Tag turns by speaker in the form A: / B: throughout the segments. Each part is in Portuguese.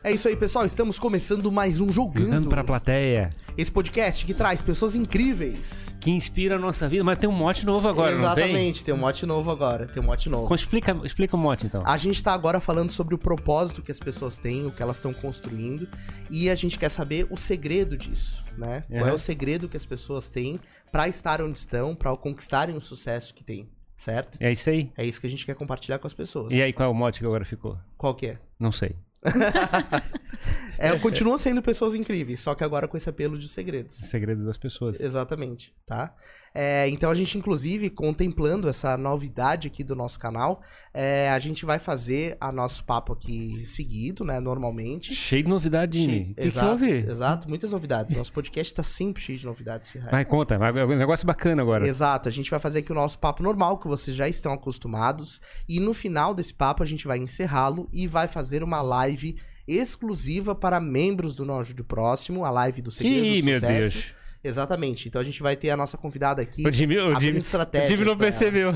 A: É isso aí, pessoal. Estamos começando mais um
B: Jogando pra plateia.
A: Esse podcast que traz pessoas incríveis.
B: Que inspira a nossa vida, mas tem um mote novo agora,
A: Exatamente, tem um mote novo agora.
B: Explica o mote, então.
A: A gente tá agora falando sobre o propósito que as pessoas têm, o que elas estão construindo. E a gente quer saber o segredo disso, né? Qual é o segredo que as pessoas têm pra estar onde estão, pra conquistarem o sucesso que têm, certo?
B: É isso aí.
A: É isso que a gente quer compartilhar com as pessoas.
B: E aí, qual é o mote que agora ficou?
A: Qual que é?
B: Não sei.
A: Continua sendo pessoas incríveis, só que agora com esse apelo de segredos.
B: Segredos das pessoas.
A: Exatamente, tá? Então a gente, inclusive, contemplando essa novidade aqui do nosso canal, a gente vai fazer a nosso papo aqui seguido, né? Normalmente.
B: Cheio de novidade, Jimmy. O que houve?
A: Exato, muitas novidades. Nosso podcast tá sempre cheio de novidades, Ferrari.
B: Vai, conta. Um negócio bacana agora.
A: Exato, a gente vai fazer aqui o nosso papo normal, que vocês já estão acostumados. E no final desse papo a gente vai encerrá-lo e vai fazer uma live exclusiva para membros do Nó Ajude o Próximo, a live do Segredo do Sucesso.
B: Meu Deus.
A: Exatamente. Então a gente vai ter a nossa convidada aqui.
B: O Jimmy não percebeu.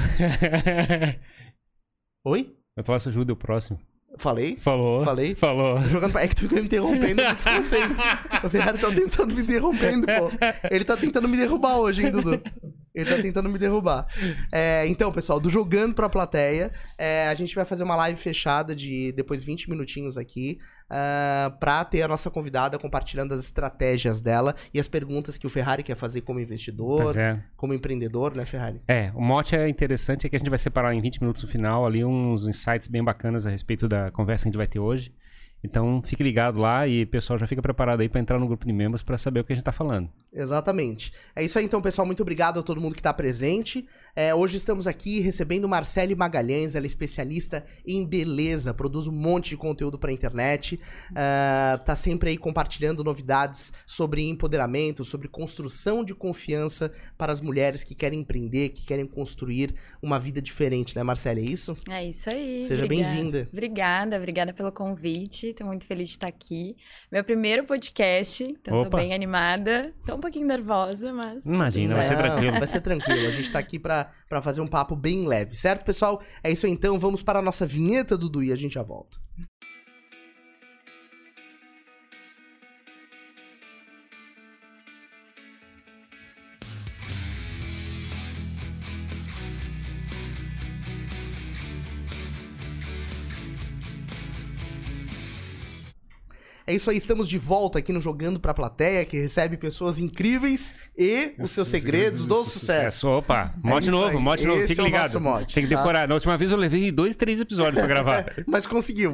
A: Oi?
B: Eu faço ajuda o próximo.
A: Falei?
B: Falei?
A: Jogando... É que tu fica me interrompendo, eu me desconcentro. O Ferrari tá tentando me interrompendo, pô. Ele tá tentando me derrubar hoje, hein, Dudu? Ele tá tentando me derrubar. Então, pessoal, do Jogando pra Plateia, a gente vai fazer uma live fechada de depois 20 minutinhos aqui, pra ter a nossa convidada compartilhando as estratégias dela e as perguntas que o Ferrari quer fazer como investidor, como empreendedor, né, Ferrari?
B: O mote é interessante, é que a gente vai separar em 20 minutos no final ali uns insights bem bacanas a respeito da conversa que a gente vai ter hoje. Então, fique ligado lá e o pessoal já fica preparado aí para entrar no grupo de membros para saber o que a gente tá falando. Exatamente.
A: É isso aí, então, pessoal. Muito obrigado a todo mundo que tá presente. Hoje estamos aqui recebendo Marcele Magalhães. Ela é especialista em beleza, produz um monte de conteúdo pra internet. Tá sempre aí compartilhando novidades sobre empoderamento, sobre construção de confiança para as mulheres que querem empreender, que querem construir uma vida diferente, né, Marcele? É isso?
C: É isso aí.
A: Seja bem-vinda.
C: Obrigada pelo convite. Tô muito feliz de estar aqui. Meu primeiro podcast, então tô bem animada. Tô um pouquinho nervosa, mas...
B: Imagina, vai ser tranquilo.
A: Vai ser tranquilo. A gente tá aqui pra fazer um papo bem leve, certo, pessoal? É isso aí, então. Vamos para a nossa vinheta, Dudu, e a gente já volta. É isso aí, estamos de volta aqui no Jogando pra Plateia, que recebe pessoas incríveis e os seus segredos do sucesso.
B: Opa, mote novo, fique ligado. Tem que decorar. Na última vez eu levei 2, 3 episódios pra gravar.
A: mas conseguiu.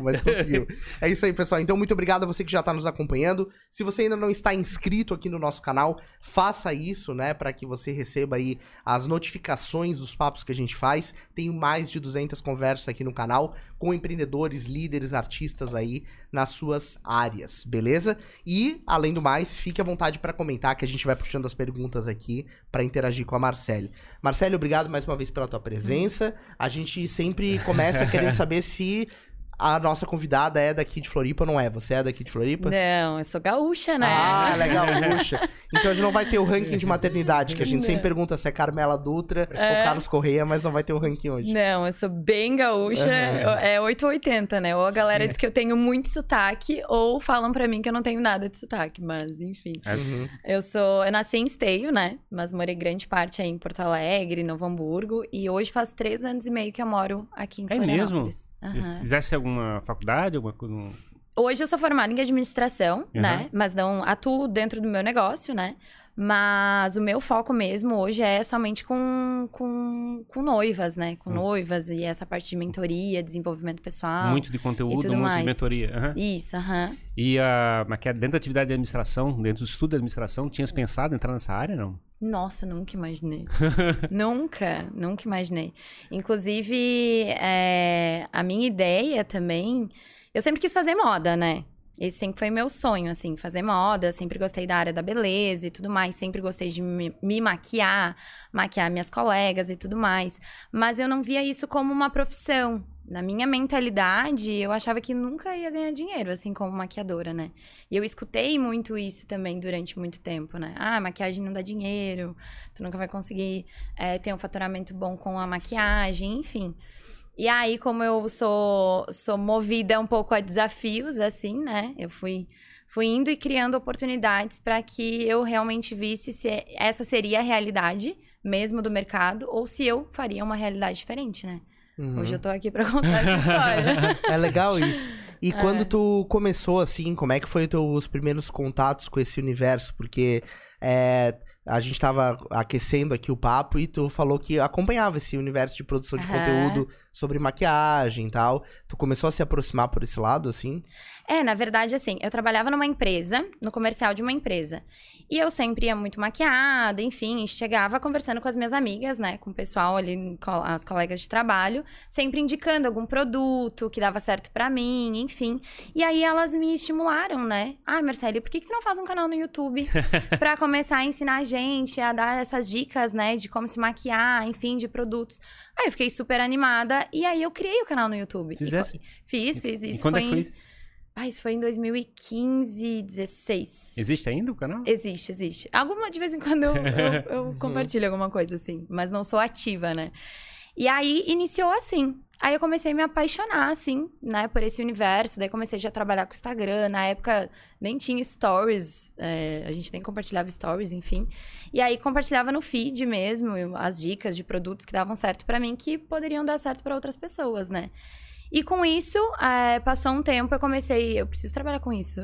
A: É isso aí, pessoal. Então, muito obrigado a você que já tá nos acompanhando. Se você ainda não está inscrito aqui no nosso canal, faça isso, né, para que você receba aí as notificações dos papos que a gente faz. Tenho mais de 200 conversas aqui no canal com empreendedores, líderes, artistas aí nas suas áreas. Beleza? E, além do mais, fique à vontade para comentar que a gente vai puxando as perguntas aqui para interagir com a Marcele. Marcele, obrigado mais uma vez pela tua presença. A gente sempre começa querendo saber se a nossa convidada é daqui de Floripa ou não é? Você é daqui de Floripa?
C: Não, eu sou gaúcha, né?
A: Ah, legal, gaúcha. Então a gente não vai ter o ranking de maternidade, que a gente sempre pergunta se é Carmela Dutra ou Carlos Correia, mas não vai ter o ranking hoje.
C: Não, eu sou bem gaúcha. É 8 ou 80, né? Ou a galera diz que eu tenho muito sotaque, ou falam pra mim que eu não tenho nada de sotaque, mas enfim. Eu nasci em Esteio, né? Mas morei grande parte aí em Porto Alegre, Novo Hamburgo, e hoje faz 3 anos e meio que eu moro aqui em Florianópolis.
B: É mesmo? Fizesse alguma faculdade, alguma coisa?
C: Hoje eu sou formada em administração, né? Mas não atuo dentro do meu negócio, né? Mas o meu foco mesmo hoje é somente com noivas, né? Com noivas e essa parte de mentoria, desenvolvimento pessoal.
B: Muito de conteúdo, um monte de mentoria.
C: Isso,
B: E dentro da atividade de administração, dentro do estudo de administração, tinhas pensado em entrar nessa área, não?
C: Nossa, nunca imaginei. nunca imaginei. Inclusive, a minha ideia também... Eu sempre quis fazer moda, né? Esse sempre foi meu sonho, assim, fazer moda. Sempre gostei da área da beleza e tudo mais. Sempre gostei de me maquiar minhas colegas e tudo mais. Mas eu não via isso como uma profissão. Na minha mentalidade, eu achava que nunca ia ganhar dinheiro, assim, como maquiadora, né? E eu escutei muito isso também durante muito tempo, né? Ah, maquiagem não dá dinheiro, tu nunca vai conseguir ter um faturamento bom com a maquiagem, enfim. E aí, como eu sou movida um pouco a desafios, assim, né? Eu fui indo e criando oportunidades para que eu realmente visse se essa seria a realidade mesmo do mercado ou se eu faria uma realidade diferente, né? Hoje eu tô aqui pra contar essa história.
A: É legal isso. E quando tu começou, assim, como é que foi os primeiros contatos com esse universo? Porque a gente tava aquecendo aqui o papo e tu falou que acompanhava esse universo de produção de conteúdo sobre maquiagem e tal. Tu começou a se aproximar por esse lado, assim?
C: Na verdade, assim, eu trabalhava numa empresa, no comercial de uma empresa. E eu sempre ia muito maquiada, enfim, chegava conversando com as minhas amigas, né? Com o pessoal ali, as colegas de trabalho, sempre indicando algum produto que dava certo pra mim, enfim. E aí elas me estimularam, né? Marcele, por que tu não faz um canal no YouTube pra começar a ensinar a gente a dar essas dicas, né? De como se maquiar, enfim, de produtos. Aí eu fiquei super animada e aí eu criei o canal no YouTube.
B: Fizesse?
C: Fiz. Isso
B: e quando é que foi isso?
C: Isso foi em 2015, 16.
B: Existe ainda o canal?
C: Existe. De vez em quando eu compartilho alguma coisa, assim. Mas não sou ativa, né? E aí, iniciou assim. Aí eu comecei a me apaixonar, assim, né? Por esse universo. Daí comecei já a trabalhar com Instagram. Na época, nem tinha stories. A gente nem compartilhava stories, enfim. E aí, compartilhava no feed mesmo as dicas de produtos que davam certo pra mim. Que poderiam dar certo pra outras pessoas, né? E com isso, passou um tempo, eu preciso trabalhar com isso.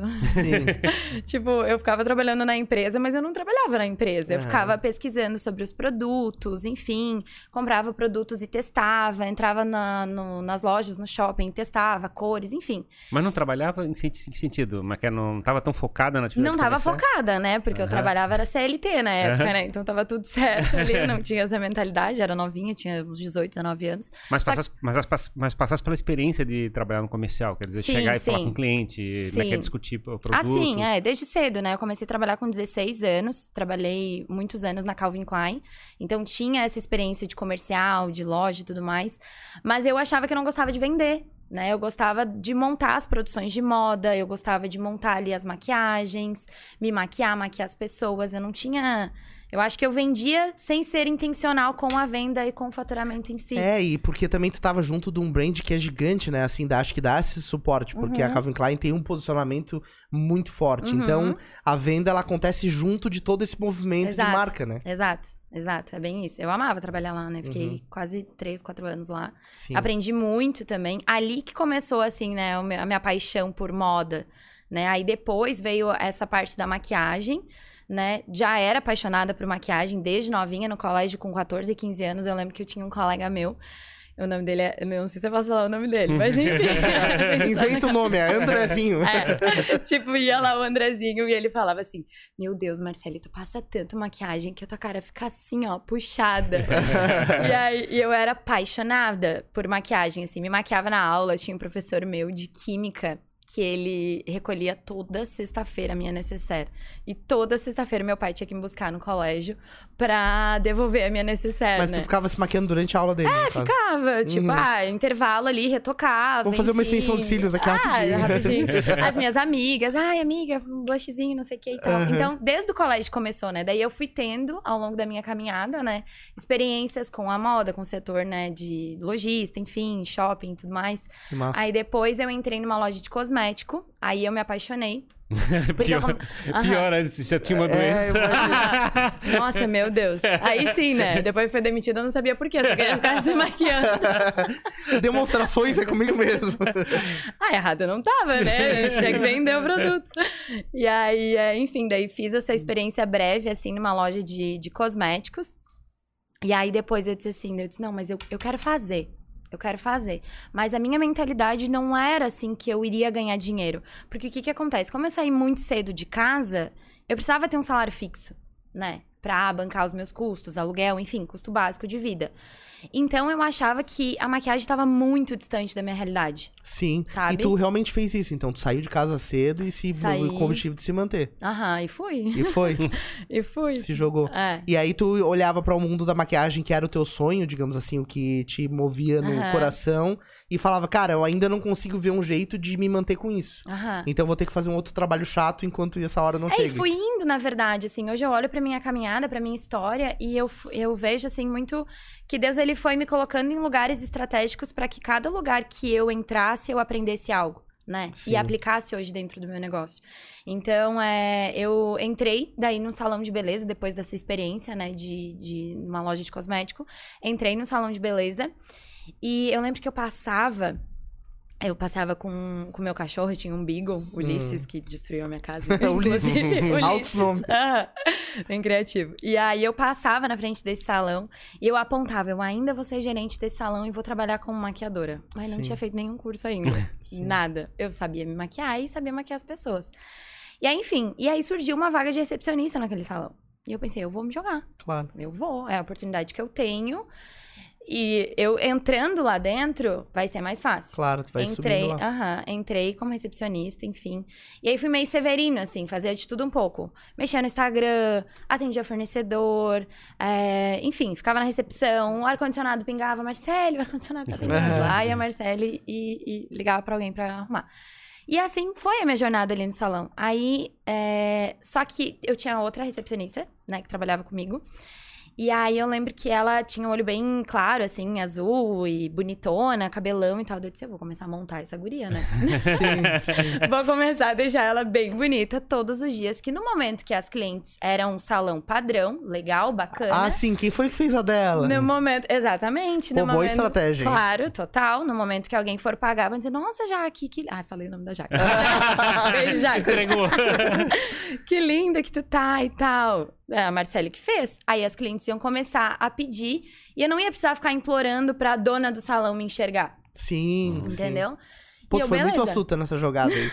A: Sim.
C: Tipo, eu ficava trabalhando na empresa, mas eu não trabalhava na empresa. Eu ficava pesquisando sobre os produtos, enfim, comprava produtos e testava, entrava nas lojas, no shopping, testava cores, enfim.
B: Mas não trabalhava em que sentido? Mas que não estava tão focada na atividade
C: Não estava
B: comercial?
C: Focada, né? Porque eu trabalhava, era CLT na época, né? Então tava tudo certo ali, não tinha essa mentalidade, era novinha, tinha uns 18, 19 anos.
B: Mas passasse pela experiência de trabalhar no comercial, quer dizer, chegar e falar com o cliente, como é que é discutir o produto.
C: Sim, desde cedo, né? Eu comecei a trabalhar com 16 anos, trabalhei muitos anos na Calvin Klein, então tinha essa experiência de comercial, de loja e tudo mais, mas eu achava que eu não gostava de vender, né? Eu gostava de montar as produções de moda, eu gostava de montar ali as maquiagens, maquiar as pessoas, eu não tinha... Eu acho que eu vendia sem ser intencional com a venda e com o faturamento em si.
A: E porque também tu tava junto de um brand que é gigante, né? Assim, acho que dá esse suporte, porque a Calvin Klein tem um posicionamento muito forte. Então, a venda, ela acontece junto de todo esse movimento de marca, né?
C: Exato. É bem isso. Eu amava trabalhar lá, né? Fiquei quase 3, 4 anos lá.
A: Sim.
C: Aprendi muito também. Ali que começou, assim, né? A minha paixão por moda, né? Aí depois veio essa parte da maquiagem, né? Já era apaixonada por maquiagem desde novinha, no colégio com 14, 15 anos. Eu lembro que eu tinha um colega meu. O nome dele eu não sei se eu posso falar o nome dele, mas enfim.
A: Inventa o nome, é Andrezinho.
C: Tipo, ia lá o Andrezinho e ele falava assim: meu Deus, Marcele, tu passa tanta maquiagem que a tua cara fica assim, ó, puxada. E aí eu era apaixonada por maquiagem, assim, me maquiava na aula. Tinha um professor meu de química que ele recolhia toda sexta-feira a minha necessaire. E toda sexta-feira meu pai tinha que me buscar no colégio pra devolver a minha necessaire,
A: Mas
C: né?
A: tu ficava se maquiando durante a aula dele?
C: Ficava. Tipo, intervalo ali, retocava.
A: Vou fazer uma extensão de cílios aqui rapidinho.
C: As minhas amigas, amiga, um blushzinho, não sei o que e tal. Então, desde o colégio começou, né? Daí eu fui tendo, ao longo da minha caminhada, né? Experiências com a moda, com o setor, né? De lojista, enfim, shopping e tudo mais.
A: Que massa.
C: Aí depois eu entrei numa loja de cosmético. Aí eu me apaixonei.
B: Pior, já tinha uma doença.
C: Nossa, meu Deus. Aí sim, né? Depois foi demitida, eu não sabia por quê. Só queria ficar se maquiando.
A: Demonstrações é comigo mesmo.
C: Errado eu não tava, né? Eu tinha que vender o produto. E aí, enfim, daí fiz essa experiência breve, assim, numa loja de cosméticos. E aí depois eu disse, não, mas eu quero fazer. Eu quero fazer. Mas a minha mentalidade não era assim que eu iria ganhar dinheiro. Porque o que acontece? Como eu saí muito cedo de casa, eu precisava ter um salário fixo, né? Pra bancar os meus custos, aluguel, enfim, custo básico de vida. Então, eu achava que a maquiagem estava muito distante da minha realidade.
A: Sim.
C: Sabe?
A: E tu realmente fez isso. Então, tu saiu de casa cedo e com o objetivo de se manter.
C: E fui.
A: E foi.
C: E fui.
A: Se jogou. E aí, tu olhava para o mundo da maquiagem, que era o teu sonho, digamos assim, o que te movia no coração. E falava, cara, eu ainda não consigo ver um jeito de me manter com isso. Então, eu vou ter que fazer um outro trabalho chato enquanto essa hora não chega.
C: E fui indo, na verdade, assim. Hoje eu olho pra minha caminhada caminhada, pra minha história, e eu vejo, assim, muito que Deus, ele foi me colocando em lugares estratégicos pra que cada lugar que eu entrasse, eu aprendesse algo, né?
A: Sim.
C: E aplicasse hoje dentro do meu negócio. Então, eu entrei daí num salão de beleza, depois dessa experiência, né, de uma loja de cosmético. Entrei no salão de beleza e eu lembro que eu passava com o meu cachorro, eu tinha um Beagle, Ulisses, que destruiu a minha casa.
A: Ulisses. Altos nomes.
C: Bem criativo. E aí eu passava na frente desse salão e eu apontava, eu ainda vou ser gerente desse salão e vou trabalhar como maquiadora. Mas não
A: Sim.
C: tinha feito nenhum curso ainda. Nada. Eu sabia me maquiar e sabia maquiar as pessoas. E aí, enfim, surgiu uma vaga de recepcionista naquele salão. E eu pensei, eu vou me jogar.
A: Claro.
C: Eu vou, é a oportunidade que eu tenho. E eu entrando lá dentro, vai ser mais fácil.
A: Claro, tu vai subindo lá.
C: Entrei como recepcionista, enfim. E aí fui meio Severino, assim, fazia de tudo um pouco. Mexia no Instagram, atendia fornecedor, enfim, ficava na recepção, o ar-condicionado pingava, Marcele, o ar-condicionado tá pingando. Lá ia a Marcele e ligava pra alguém pra arrumar. E assim foi a minha jornada ali no salão. Aí, só que eu tinha outra recepcionista, né, que trabalhava comigo. E aí eu lembro que ela tinha um olho bem claro, assim, azul e bonitona, cabelão e tal. Eu disse, eu vou começar a montar essa guria, né? Sim. Vou começar a deixar ela bem bonita todos os dias. Que no momento que as clientes eram um salão padrão, legal, bacana.
A: Ah, sim, quem foi que fez a dela?
C: No momento, exatamente.
A: Pô, boa estratégia, hein?
C: Claro, total. No momento que alguém for pagar, vão dizer, nossa, Jaque, que... Ai, falei o nome da Jaque. Beijo, Jaque.
B: Entregou.
C: Que linda que tu tá e tal. A Marcele que fez. Aí as clientes iam começar a pedir e eu não ia precisar ficar implorando pra dona do salão me enxergar.
A: Sim,
C: entendeu?
A: Sim. Pô, tu foi
C: beleza.
A: muito astuta nessa jogada aí.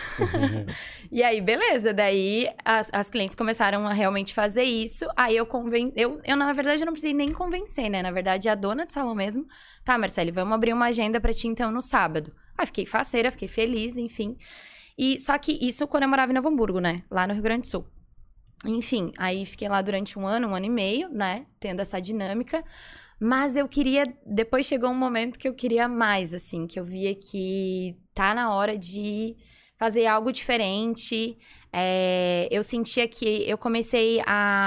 C: E aí, beleza. Daí, as clientes começaram a realmente fazer isso. Aí eu na verdade, eu não precisei nem convencer, né? Na verdade, a dona do salão mesmo. Tá, Marcele, vamos abrir uma agenda pra ti, então, no sábado. Aí, fiquei faceira, fiquei feliz, enfim. E só que isso quando eu morava em Novo Hamburgo, né? Lá no Rio Grande do Sul. Enfim, aí fiquei lá durante um ano e meio, né? Tendo essa dinâmica. Mas eu queria... Depois chegou um momento que eu queria mais, assim. Que eu via que tá na hora de fazer algo diferente. Eu sentia que eu comecei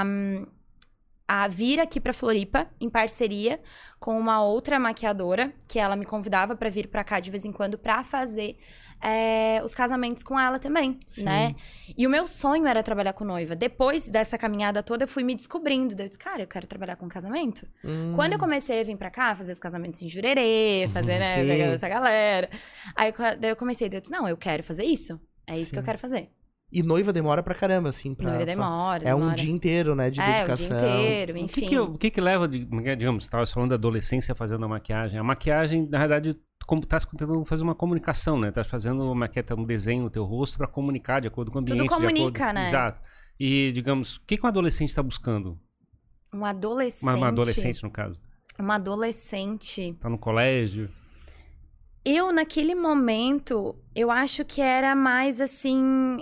C: a vir aqui pra Floripa, em parceria com uma outra maquiadora. Que ela me convidava pra vir pra cá de vez em quando pra fazer... os casamentos com ela também,
A: Sim.
C: né? E o meu sonho era trabalhar com noiva. Depois dessa caminhada toda, eu fui me descobrindo. Daí eu disse, cara, eu quero trabalhar com casamento. Quando eu comecei a vir pra cá, fazer os casamentos em Jurerê, fazer, né, pegando essa galera. Daí eu comecei, daí eu disse, não, eu quero fazer isso. É isso que eu quero fazer.
A: E noiva demora pra caramba, assim.
C: Noiva demora.
A: É um dia inteiro, né, de dedicação.
C: É, um dia inteiro, enfim.
B: O que leva, digamos, você estava falando da adolescência fazendo a maquiagem. A maquiagem, na verdade... Como tá tentando fazer uma comunicação, né? Tá fazendo uma maqueta, um desenho no teu rosto para comunicar de acordo com o ambiente.
C: Tudo comunica, né?
B: Exato. E, digamos, o que um adolescente está buscando?
C: Um adolescente?
B: Uma adolescente, no caso.
C: Uma adolescente.
B: Tá no colégio.
C: Eu, naquele momento, eu acho que era mais, assim,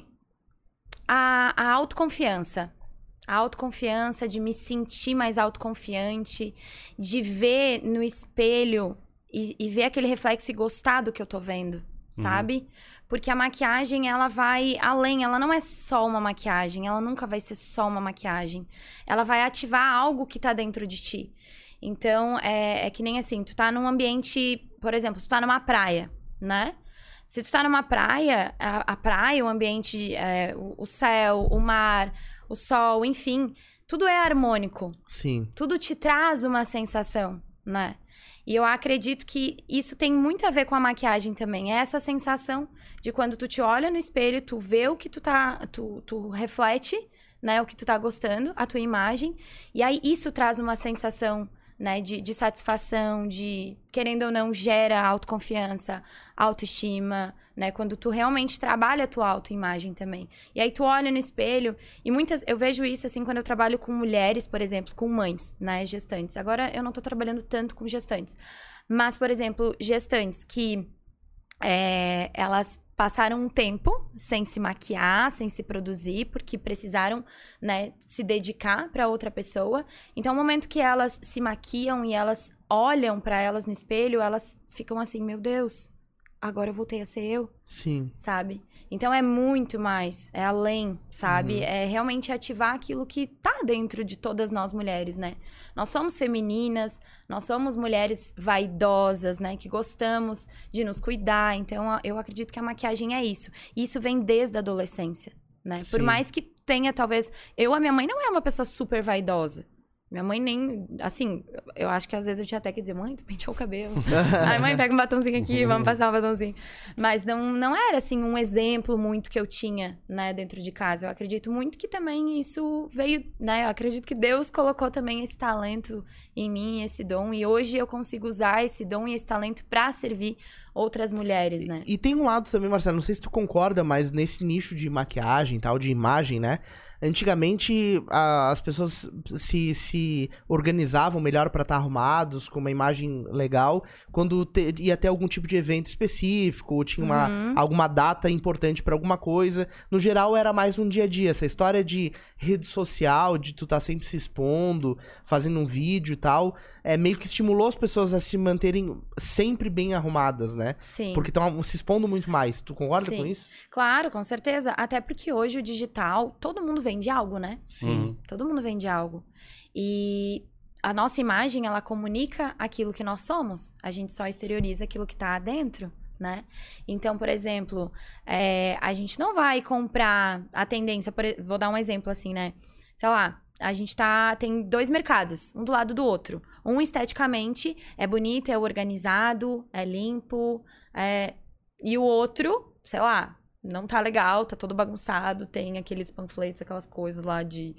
C: a autoconfiança. A autoconfiança, de me sentir mais autoconfiante, de ver no espelho... E ver aquele reflexo e gostar do que eu tô vendo, sabe? Porque a maquiagem, ela vai além. Ela não é só uma maquiagem. Ela nunca vai ser só uma maquiagem. Ela vai ativar algo que tá dentro de ti. Então, é que nem assim, tu tá num ambiente... Por exemplo, tu tá numa praia, né? Se tu tá numa praia, a praia, o ambiente, o céu, o mar, o sol, enfim... Tudo é harmônico.
A: Sim.
C: Tudo te traz uma sensação, né? E eu acredito que isso tem muito a ver com a maquiagem também. É essa sensação de quando tu te olha no espelho, tu vê o que tu reflete, né? O que tu tá gostando, a tua imagem. E aí isso traz uma sensação, né? De satisfação, de, querendo ou não, gera autoconfiança, autoestima, né? Quando tu realmente trabalha a tua autoimagem também. E aí tu olha no espelho e eu vejo isso, assim, quando eu trabalho com mulheres, por exemplo, com mães, né? Gestantes. Agora, eu não tô trabalhando tanto com gestantes. Mas, por exemplo, gestantes que elas passaram um tempo sem se maquiar, sem se produzir, porque precisaram, né, se dedicar para outra pessoa. Então, no momento que elas se maquiam e elas olham para elas no espelho, elas ficam assim, meu Deus, agora eu voltei a ser eu,
A: Sim.
C: sabe? Então é muito mais, é além, sabe? É realmente ativar aquilo que tá dentro de todas nós mulheres, né? Nós somos femininas, nós somos mulheres vaidosas, né? Que gostamos de nos cuidar. Então eu acredito que a maquiagem é isso. Isso vem desde a adolescência, né?
A: Sim.
C: Por mais que tenha, talvez... A minha mãe não é uma pessoa super vaidosa. Minha mãe nem... Assim, eu acho que às vezes eu tinha até que dizer, mãe, tu penteou o cabelo. Ai, mãe, pega um batonzinho aqui, vamos passar o batonzinho. Mas não era, assim, um exemplo muito que eu tinha, né, dentro de casa. Eu acredito muito que também isso veio, né? Eu acredito que Deus colocou também esse talento em mim, esse dom. E hoje eu consigo usar esse dom e esse talento pra servir outras mulheres, né?
A: E tem um lado também, Marcelo, não sei se tu concorda, mas nesse nicho de maquiagem e tal, de imagem, né? Antigamente, as pessoas se organizavam melhor pra estar arrumados, com uma imagem legal, quando ia ter algum tipo de evento específico, ou tinha alguma data importante pra alguma coisa. No geral, era mais um dia a dia. Essa história de rede social, de tu tá sempre se expondo, fazendo um vídeo e tal, meio que estimulou as pessoas a se manterem sempre bem arrumadas, né?
C: Sim.
A: Porque estão se expondo muito mais. Tu concorda
C: Sim.
A: com isso?
C: Claro, com certeza. Até porque hoje o digital, todo mundo vende algo, né?
A: Sim.
C: Todo mundo vende algo. E a nossa imagem, ela comunica aquilo que nós somos. A gente só exterioriza aquilo que tá dentro, né? Então, por exemplo, a gente não vai comprar a tendência... Vou dar um exemplo assim, né? Sei lá, a gente tem 2 mercados, um do lado do outro. Um esteticamente é bonito, é organizado, é limpo, e o outro, sei lá, não tá legal, tá todo bagunçado, tem aqueles panfletos, aquelas coisas lá de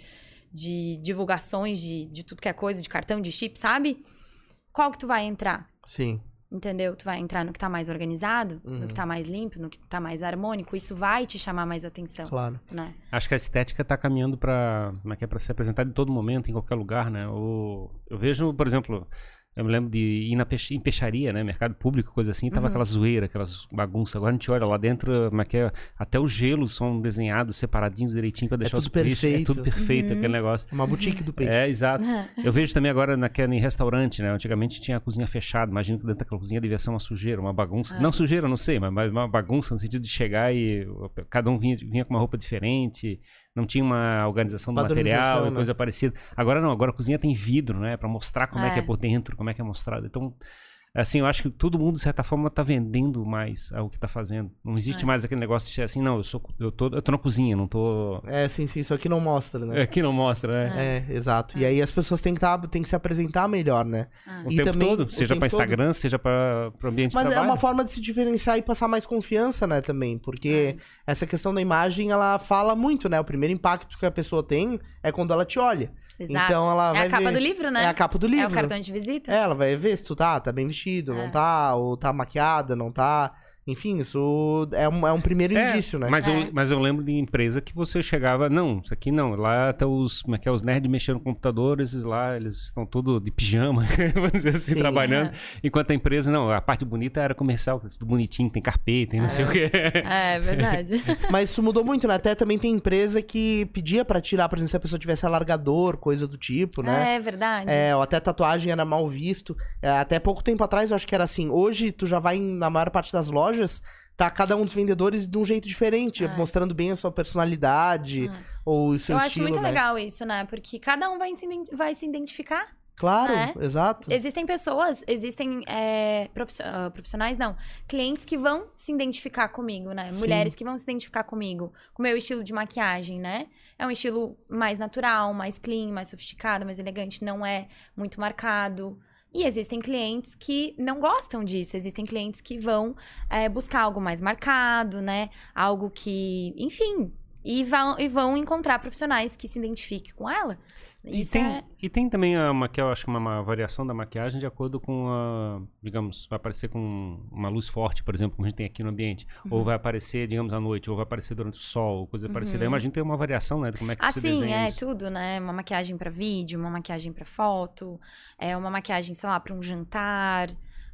C: divulgações de tudo que é coisa, de cartão, de chip, sabe? Qual que tu vai entrar?
A: Sim.
C: Entendeu? Tu vai entrar no que tá mais organizado, no que tá mais limpo, no que tá mais harmônico. Isso vai te chamar mais atenção.
A: Claro.
C: Né?
B: Acho que a estética tá caminhando pra ser apresentada em todo momento, em qualquer lugar, né? Eu vejo, por exemplo, eu me lembro de ir em peixaria, né? Mercado público, coisa assim, tava aquela zoeira, aquelas bagunças. Agora a gente olha lá dentro, até os gelos são desenhados, separadinhos direitinho pra deixar os peixes. É tudo perfeito, aquele negócio.
A: Uma boutique do peixe.
B: Exato. Eu vejo também agora em restaurante, né? Antigamente tinha a cozinha fechada. Imagino que dentro daquela cozinha devia ser uma sujeira, uma bagunça. Não sujeira, não sei, mas uma bagunça no sentido de chegar e cada um vinha com uma roupa diferente. Não tinha uma organização do material e coisa parecida. Agora não, agora a cozinha tem vidro, né? Pra mostrar como é que é por dentro, como é que é mostrado. Então, assim, eu acho que todo mundo, de certa forma, tá vendendo mais o que tá fazendo. Não existe mais aquele negócio de ser assim, não, eu tô na cozinha, não tô...
A: Sim, isso aqui não mostra, né?
B: Aqui não mostra, né?
A: Exato. E aí as pessoas têm que se apresentar melhor, né?
B: O tempo todo, seja pra Instagram, seja pra ambiente de trabalho.
A: Mas é uma forma de se diferenciar e passar mais confiança, né, também. Porque essa questão da imagem, ela fala muito, né? O primeiro impacto que a pessoa tem é quando ela te olha.
C: Exato.
A: Então ela vai
C: a capa
A: ver...
C: do livro, né?
A: É a capa do livro.
C: É o cartão de visita.
A: Ela vai ver se tu tá bem vestido, não tá, ou tá maquiada, não tá... Enfim, isso é um primeiro indício, né?
B: Mas eu lembro de empresa que você chegava... Não, isso aqui não. Lá até os nerds mexendo no computador, esses lá, eles estão tudo de pijama, vamos dizer assim, trabalhando. Enquanto a empresa, não, a parte bonita era comercial, tudo bonitinho, tem carpete, tem não sei o quê.
C: É verdade.
A: Mas isso mudou muito, né? Até também tem empresa que pedia pra tirar, por exemplo, se a pessoa tivesse alargador, coisa do tipo, né?
C: É verdade.
A: Ou até tatuagem era mal visto. Até pouco tempo atrás eu acho que era assim. Hoje tu já vai na maior parte das lojas, tá cada um dos vendedores de um jeito diferente, mostrando bem a sua personalidade ou o seu estilo,
C: Eu acho muito
A: né?
C: legal isso, né? Porque cada um vai se identificar.
A: Claro,
C: né?
A: Exato.
C: Existem pessoas, profissionais, não, clientes que vão se identificar comigo, né?
A: Sim.
C: Mulheres que vão se identificar comigo, com o meu estilo de maquiagem, né? É um estilo mais natural, mais clean, mais sofisticado, mais elegante, não é muito marcado. E existem clientes que não gostam disso, existem clientes que vão buscar algo mais marcado, né? Algo que, enfim, e vão encontrar profissionais que se identifiquem com ela.
B: E tem também que eu acho uma variação da maquiagem de acordo com digamos, vai aparecer com uma luz forte, por exemplo, como a gente tem aqui no ambiente. Ou vai aparecer, digamos, à noite, ou vai aparecer durante o sol, coisa parecida. Eu imagino que tem uma variação, né? De como é que você desenha isso.
C: Tudo, né? Uma maquiagem pra vídeo, uma maquiagem pra foto, uma maquiagem, sei lá, pra um jantar.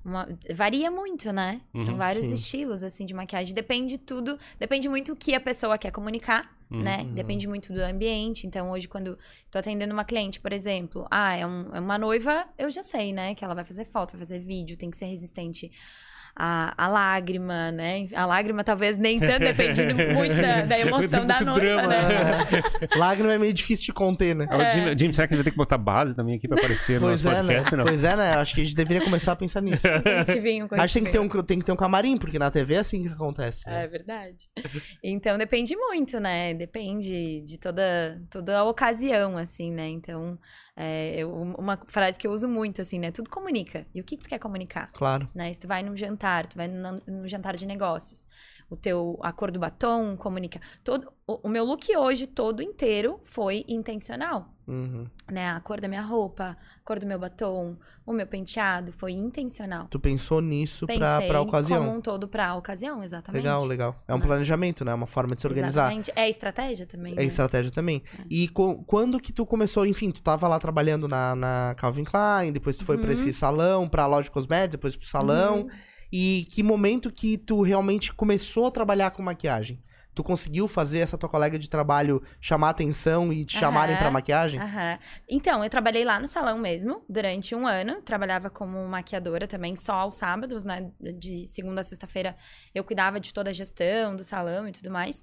C: Varia muito, né? São vários estilos, assim, de maquiagem. Depende muito o que a pessoa quer comunicar, né? Depende muito do ambiente. Então, hoje, quando tô atendendo uma cliente, por exemplo, é uma noiva, eu já sei, né? Que ela vai fazer foto, vai fazer vídeo, tem que ser resistente a lágrima, né? A lágrima talvez nem tanto, dependendo muito da emoção da noiva,
B: drama,
C: né?
A: Lágrima é meio difícil de conter, né?
B: O Jim, será que ele vai ter que botar base também aqui pra aparecer no nosso podcast?
A: Né?
B: Não?
A: Pois é, né? Acho que a gente deveria começar a pensar nisso. Acho que tem que ter um camarim, porque na TV é assim que acontece. Né?
C: É verdade. Então depende muito, né? Depende de toda a ocasião, assim, né? Então, uma frase que eu uso muito, assim, né? Tudo comunica. E o que tu quer comunicar?
A: Claro.
C: Né? Se tu vai num jantar, tu vai num jantar de negócios. A cor do batom comunica. O meu look hoje todo inteiro foi intencional.
A: Uhum.
C: Né? A cor da minha roupa, a cor do meu batom, o meu penteado foi intencional.
A: Tu pensou nisso pra ocasião.
C: Como um todo pra ocasião, exatamente.
A: Legal. É um planejamento, né? Uma forma de se organizar.
C: Exatamente. É estratégia também.
A: É estratégia também. E quando que tu começou, enfim, tu tava lá trabalhando na Calvin Klein, depois tu foi pra esse salão, pra loja de cosméticos, depois pro salão. E que momento que tu realmente começou a trabalhar com maquiagem? Tu conseguiu fazer essa tua colega de trabalho chamar atenção e te chamarem pra maquiagem?
C: Então, eu trabalhei lá no salão mesmo, durante 1 ano. Trabalhava como maquiadora também, só aos sábados, né? De segunda a sexta-feira, eu cuidava de toda a gestão do salão e tudo mais.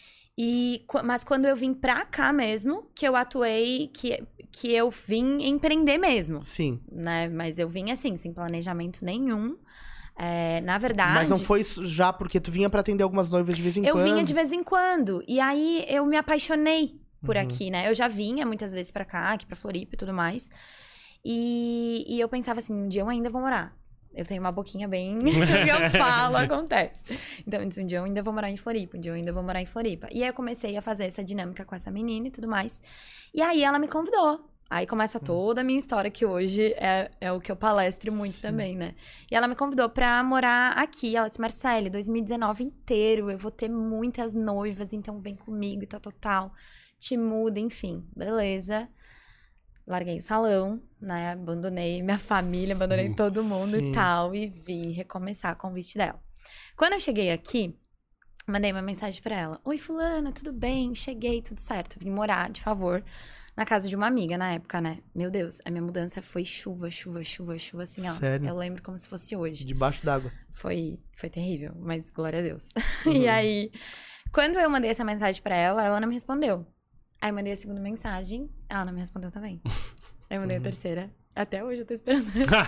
C: Mas quando eu vim pra cá mesmo, que eu atuei, que eu vim empreender mesmo.
A: Sim.
C: Né? Mas eu vim assim, sem planejamento nenhum. Na verdade...
A: Mas não foi já porque tu vinha pra atender algumas noivas de vez em quando?
C: Eu vinha de vez em quando. E aí, eu me apaixonei por aqui, né? Eu já vinha muitas vezes pra cá, aqui pra Floripa e tudo mais. E eu pensava assim, um dia eu ainda vou morar. Eu tenho uma boquinha bem... eu falo, acontece. Então, eu disse, um dia eu ainda vou morar em Floripa. Um dia eu ainda vou morar em Floripa. E aí, eu comecei a fazer essa dinâmica com essa menina e tudo mais. E aí, ela me convidou. Aí começa toda a minha história, que hoje é o que eu palestro muito também, né? E ela me convidou pra morar aqui. Ela disse, Marcele, 2019 inteiro eu vou ter muitas noivas, então vem comigo e tal. Te muda, enfim. Beleza. Larguei o salão, né? Abandonei minha família, abandonei todo mundo e tal. E vim recomeçar a convite dela. Quando eu cheguei aqui, mandei uma mensagem pra ela. Oi, fulana, tudo bem? Cheguei, tudo certo. Vim morar, de favor, na casa de uma amiga na época, né? Meu Deus, a minha mudança foi chuva, assim, ó.
A: Sério?
C: Eu lembro como se fosse hoje.
A: Debaixo d'água.
C: Foi terrível, mas glória a Deus. E aí, quando eu mandei essa mensagem pra ela, ela não me respondeu. Aí mandei a segunda mensagem, ela não me respondeu também. Aí eu mandei a terceira. Até hoje eu tô esperando.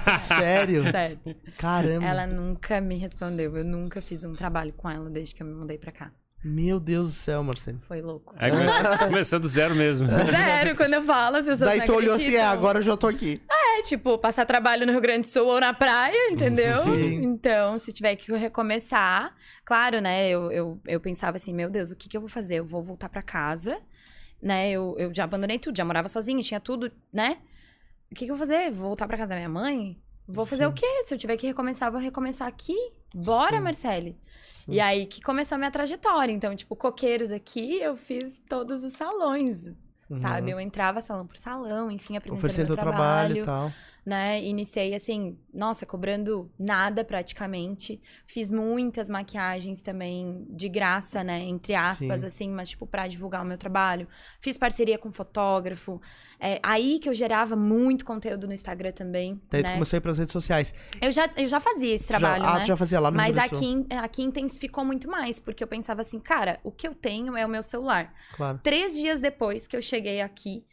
A: Sério?
C: Sério.
A: Caramba.
C: Ela nunca me respondeu. Eu nunca fiz um trabalho com ela desde que eu me mudei pra cá.
A: Meu Deus do céu, Marcelo.
C: Foi louco.
B: Aí começando do zero mesmo.
C: Zero, quando eu falo, as pessoas
A: Daí
C: não
A: tu olhou assim,
C: acreditam.
A: agora eu já tô aqui.
C: Tipo, passar trabalho no Rio Grande do Sul ou na praia, entendeu?
A: Sim.
C: Então, se tiver que recomeçar... Claro, né, eu pensava assim, meu Deus, o que eu vou fazer? Eu vou voltar pra casa, né? Eu já abandonei tudo, já morava sozinha, tinha tudo, né? O que eu vou fazer? Vou voltar pra casa da minha mãe? Vou fazer o quê? Se eu tiver que recomeçar, eu vou recomeçar aqui. Bora, Marcele. E aí que começou a minha trajetória. Então, tipo, coqueiros aqui, eu fiz todos os salões, sabe? Eu entrava salão por salão, enfim, apresentando meu trabalho
A: e tal.
C: Né? Iniciei assim, nossa, cobrando nada praticamente. Fiz muitas maquiagens também de graça, né? Entre aspas, assim, mas tipo, pra divulgar o meu trabalho. Fiz parceria com fotógrafo. Aí que eu gerava muito conteúdo no Instagram também.
A: Daí
C: né?
A: tu começou a ir pras redes sociais.
C: Eu já fazia esse trabalho, né?
A: Tu já fazia lá no
C: Mas
A: Rio Grande do Sul.
C: aqui intensificou muito mais, porque eu pensava assim, cara, o que eu tenho é o meu celular.
A: Claro.
C: 3 dias depois que eu cheguei aqui,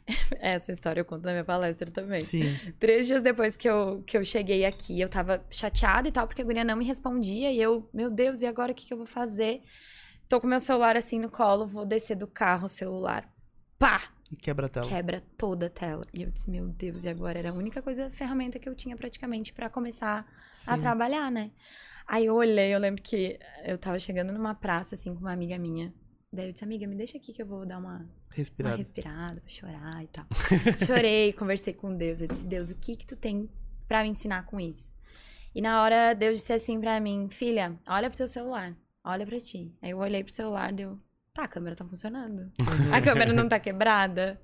C: essa história eu conto na minha palestra também.
A: Sim.
C: 3 dias depois que eu cheguei aqui, eu tava chateada e tal, porque a guria não me respondia. E eu, meu Deus, e agora o que eu vou fazer? Tô com meu celular assim no colo, vou descer do carro, o celular. Pá!
A: E quebra a tela.
C: Quebra toda a tela. E eu disse, meu Deus, e agora? Era a única ferramenta que eu tinha praticamente pra começar a trabalhar, né? Aí eu olhei, eu lembro que eu tava chegando numa praça, assim, com uma amiga minha. Daí eu disse, amiga, me deixa aqui que eu vou dar uma respirada, vou chorar e tal. Chorei, conversei com Deus. Eu disse, Deus, o que tu tem pra me ensinar com isso? E na hora, Deus disse assim pra mim, filha, olha pro teu celular, olha pra ti. Aí eu olhei pro celular, deu, tá, a câmera tá funcionando. A câmera não tá quebrada.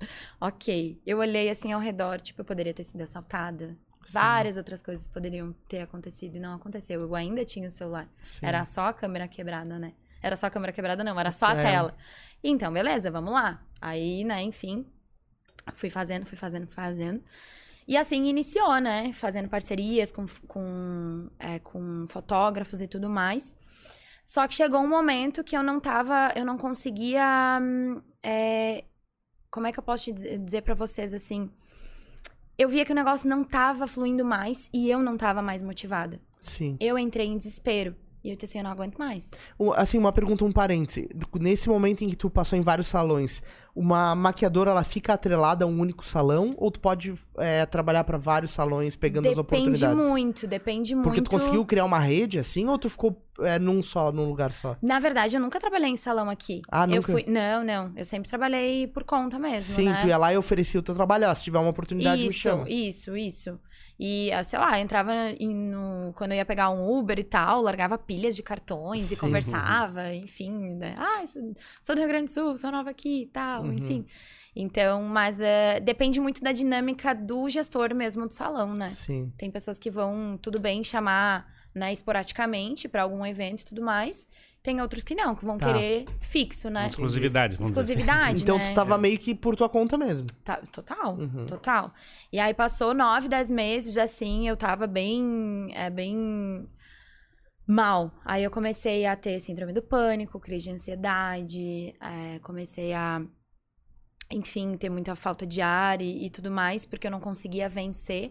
C: Ok. Eu olhei assim ao redor, tipo, eu poderia ter sido assaltada. Sim. Várias outras coisas poderiam ter acontecido e não aconteceu. Eu ainda tinha o celular. Sim. Era só a câmera quebrada, né? Era só a câmera quebrada, não. Era só a tela. Então, beleza, vamos lá. Aí, né, enfim, fui fazendo. E assim iniciou, né? Fazendo parcerias com fotógrafos e tudo mais. Só que chegou um momento que eu não conseguia... como é que eu posso dizer pra vocês, assim? Eu via que o negócio não tava fluindo mais e eu não tava mais motivada.
A: Sim.
C: Eu entrei em desespero. E eu disse assim, eu não aguento mais.
A: Assim, uma pergunta, um parêntese. Nesse momento em que tu passou em vários salões, uma maquiadora, ela fica atrelada a um único salão? Ou tu pode trabalhar pra vários salões pegando as oportunidades?
C: Depende muito.
A: Porque tu conseguiu criar uma rede, assim? Ou tu ficou num lugar só?
C: Na verdade, eu nunca trabalhei em salão aqui.
A: Ah, nunca?
C: Não. Eu sempre trabalhei por conta mesmo,
A: Sim,
C: né?
A: tu ia lá e oferecia o teu trabalho. Se tiver uma oportunidade, me chama.
C: Isso. E, sei lá, eu entrava quando eu ia pegar um Uber e tal, largava pilhas de cartões e conversava, enfim, né? Sou do Rio Grande do Sul, sou nova aqui e tal, enfim. Então, mas depende muito da dinâmica do gestor mesmo do salão, né?
A: Sim.
C: Tem pessoas que vão, tudo bem, chamar, né, esporadicamente pra algum evento e tudo mais. Tem outros que não, que vão querer fixo, né?
B: Exclusividade, vamos dizer assim.
C: Exclusividade,
A: Então
C: né?
A: tu tava meio que por tua conta mesmo.
C: Total. E aí passou 9, 10 meses, assim, eu tava bem mal. Aí eu comecei a ter síndrome do pânico, crise de ansiedade, comecei a, enfim, ter muita falta de ar e tudo mais, porque eu não conseguia vencer.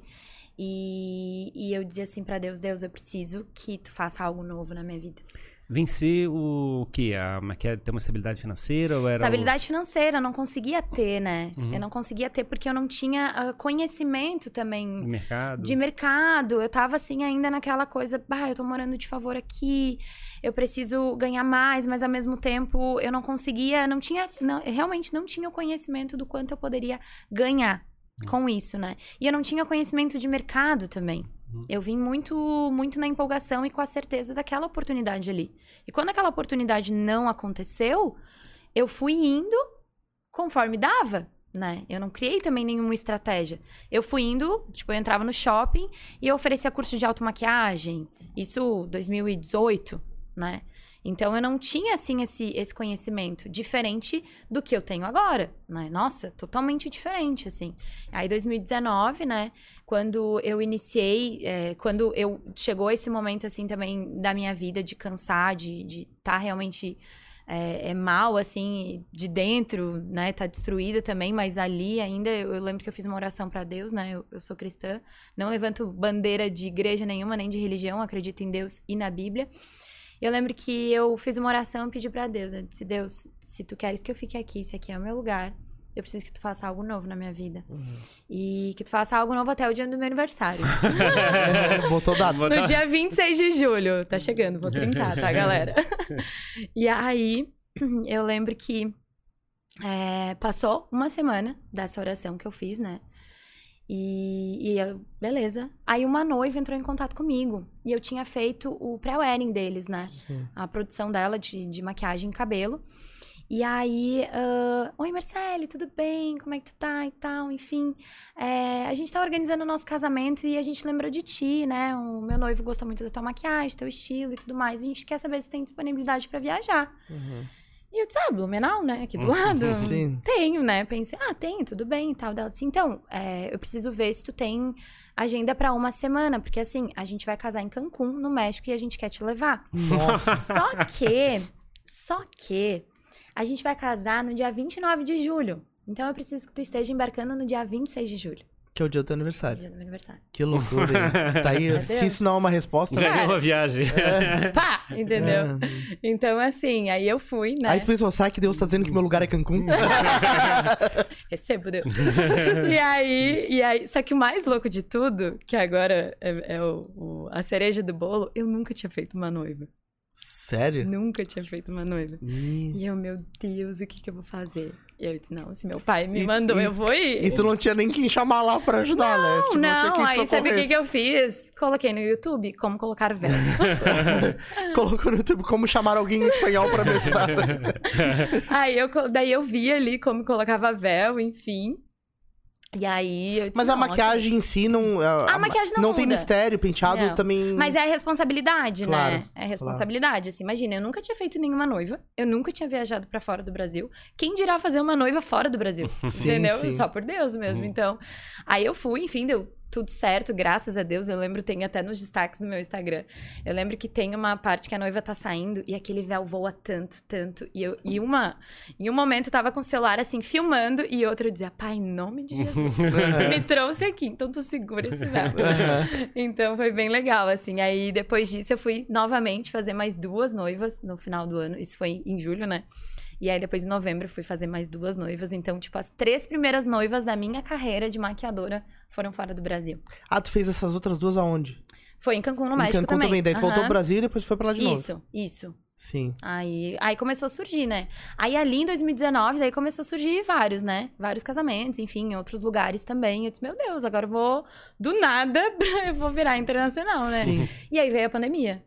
C: E eu dizia assim pra Deus, eu preciso que tu faça algo novo na minha vida.
B: Vencer o quê? Ter uma estabilidade financeira? Ou era
C: estabilidade financeira, eu não conseguia ter, né? Eu não conseguia ter porque eu não tinha conhecimento também. De mercado. Eu tava assim ainda naquela coisa, eu tô morando de favor aqui, eu preciso ganhar mais, mas ao mesmo tempo eu não conseguia, realmente não tinha o conhecimento do quanto eu poderia ganhar com isso, né? E eu não tinha conhecimento de mercado também. Eu vim muito, muito na empolgação e com a certeza daquela oportunidade ali. E quando aquela oportunidade não aconteceu, eu fui indo conforme dava, né? Eu não criei também nenhuma estratégia. Eu fui indo, eu entrava no shopping e eu oferecia curso de automaquiagem. Isso 2018, né? Então, eu não tinha, assim, esse conhecimento diferente do que eu tenho agora, né? Nossa, totalmente diferente, assim. Aí, 2019, né? Quando eu iniciei, chegou esse momento, assim, também da minha vida de cansar, de estar realmente mal, assim, de dentro, né? Tá destruída também, mas ali ainda, eu lembro que eu fiz uma oração pra Deus, né? Eu sou cristã, não levanto bandeira de igreja nenhuma, nem de religião, acredito em Deus e na Bíblia. Eu lembro que eu fiz uma oração e pedi pra Deus. Eu disse, Deus, se tu queres que eu fique aqui, esse aqui é o meu lugar, eu preciso que tu faça algo novo na minha vida. E que tu faça algo novo até o dia do meu aniversário.
A: Botou data.
C: No dia 26 de julho. Tá chegando, vou trincar, tá, galera? E aí, eu lembro que passou uma semana dessa oração que eu fiz, né? E eu, beleza. Aí uma noiva entrou em contato comigo. E eu tinha feito o pré-wedding deles, né? Sim. A produção dela de maquiagem e cabelo. E aí, oi Marcele, tudo bem? Como é que tu tá e tal? Enfim, a gente tá organizando o nosso casamento e a gente lembrou de ti, né? O meu noivo gostou muito da tua maquiagem, teu estilo e tudo mais. A gente quer saber se tu tem disponibilidade pra viajar. E eu disse, Blumenau, né? Aqui do lado.
A: Sim.
C: Tenho, né? Pensei, tenho, tudo bem e tal. Ela disse, então, eu preciso ver se tu tem agenda pra uma semana. Porque assim, a gente vai casar em Cancún, no México, e a gente quer te levar.
A: Nossa.
C: Só que a gente vai casar no dia 29 de julho. Então eu preciso que tu esteja embarcando no dia 26 de julho.
A: Que é o dia do teu aniversário.
C: Dia do meu aniversário.
A: Que loucura, hein? Tá aí, se isso não é uma resposta...
B: Já ganhou uma viagem.
C: Pá! Entendeu? Então, assim, aí eu fui, né?
A: Aí tu pensou, sabe que Deus tá dizendo que meu lugar é Cancún?
C: Recebo, Deus. E aí, só que o mais louco de tudo, que agora é a cereja do bolo, eu nunca tinha feito uma noiva.
A: Sério?
C: Nunca tinha feito uma noiva. E eu, meu Deus, o que eu vou fazer? E eu disse, não, se meu pai me mandou, eu vou ir.
A: E tu não tinha nem quem chamar lá pra ajudar, né?
C: Tipo, não, aí sabe o que eu fiz? Coloquei no YouTube como colocar véu.
A: Colocou no YouTube como chamar alguém em espanhol pra me ajudar.
C: Daí eu vi ali como colocava véu, enfim. E aí eu disse,
A: Mas a
C: não,
A: maquiagem em si não...
C: A maquiagem não
A: tem
C: muda.
A: mistério, penteado
C: Não.
A: também...
C: Mas é a responsabilidade,
A: Claro,
C: né? É a responsabilidade. Assim, imagina, eu nunca tinha feito nenhuma noiva. Eu nunca tinha viajado pra fora do Brasil. Quem dirá fazer uma noiva fora do Brasil?
A: Sim,
C: Entendeu?
A: sim.
C: Só por Deus mesmo. Então, aí eu fui, enfim, deu tudo certo, graças a Deus. Eu lembro, tem até nos destaques do meu Instagram. Eu lembro que tem uma parte que a noiva tá saindo e aquele véu voa tanto, tanto. Em um momento eu tava com o celular assim, filmando, e outro eu dizia, pai, em nome de Jesus, me trouxe aqui, então tu segura esse véu. Então foi bem legal, assim. Aí depois disso eu fui novamente fazer mais 2 noivas no final do ano. Isso foi em julho, né? E aí, depois, em novembro, eu fui fazer mais 2 noivas. Então, tipo, as 3 primeiras noivas da minha carreira de maquiadora foram fora do Brasil.
A: Ah, tu fez essas outras 2 aonde?
C: Foi em Cancún, no
A: Em
C: México
A: Cancún também. Daí tu voltou pro Brasil e depois foi pra lá de novo.
C: Isso.
A: Sim.
C: Aí começou a surgir, né? Aí ali em 2019, daí começou a surgir vários, né? Vários casamentos, enfim, em outros lugares também. Eu disse, meu Deus, agora eu vou, do nada, eu vou virar internacional, né?
A: Sim.
C: E aí veio a pandemia.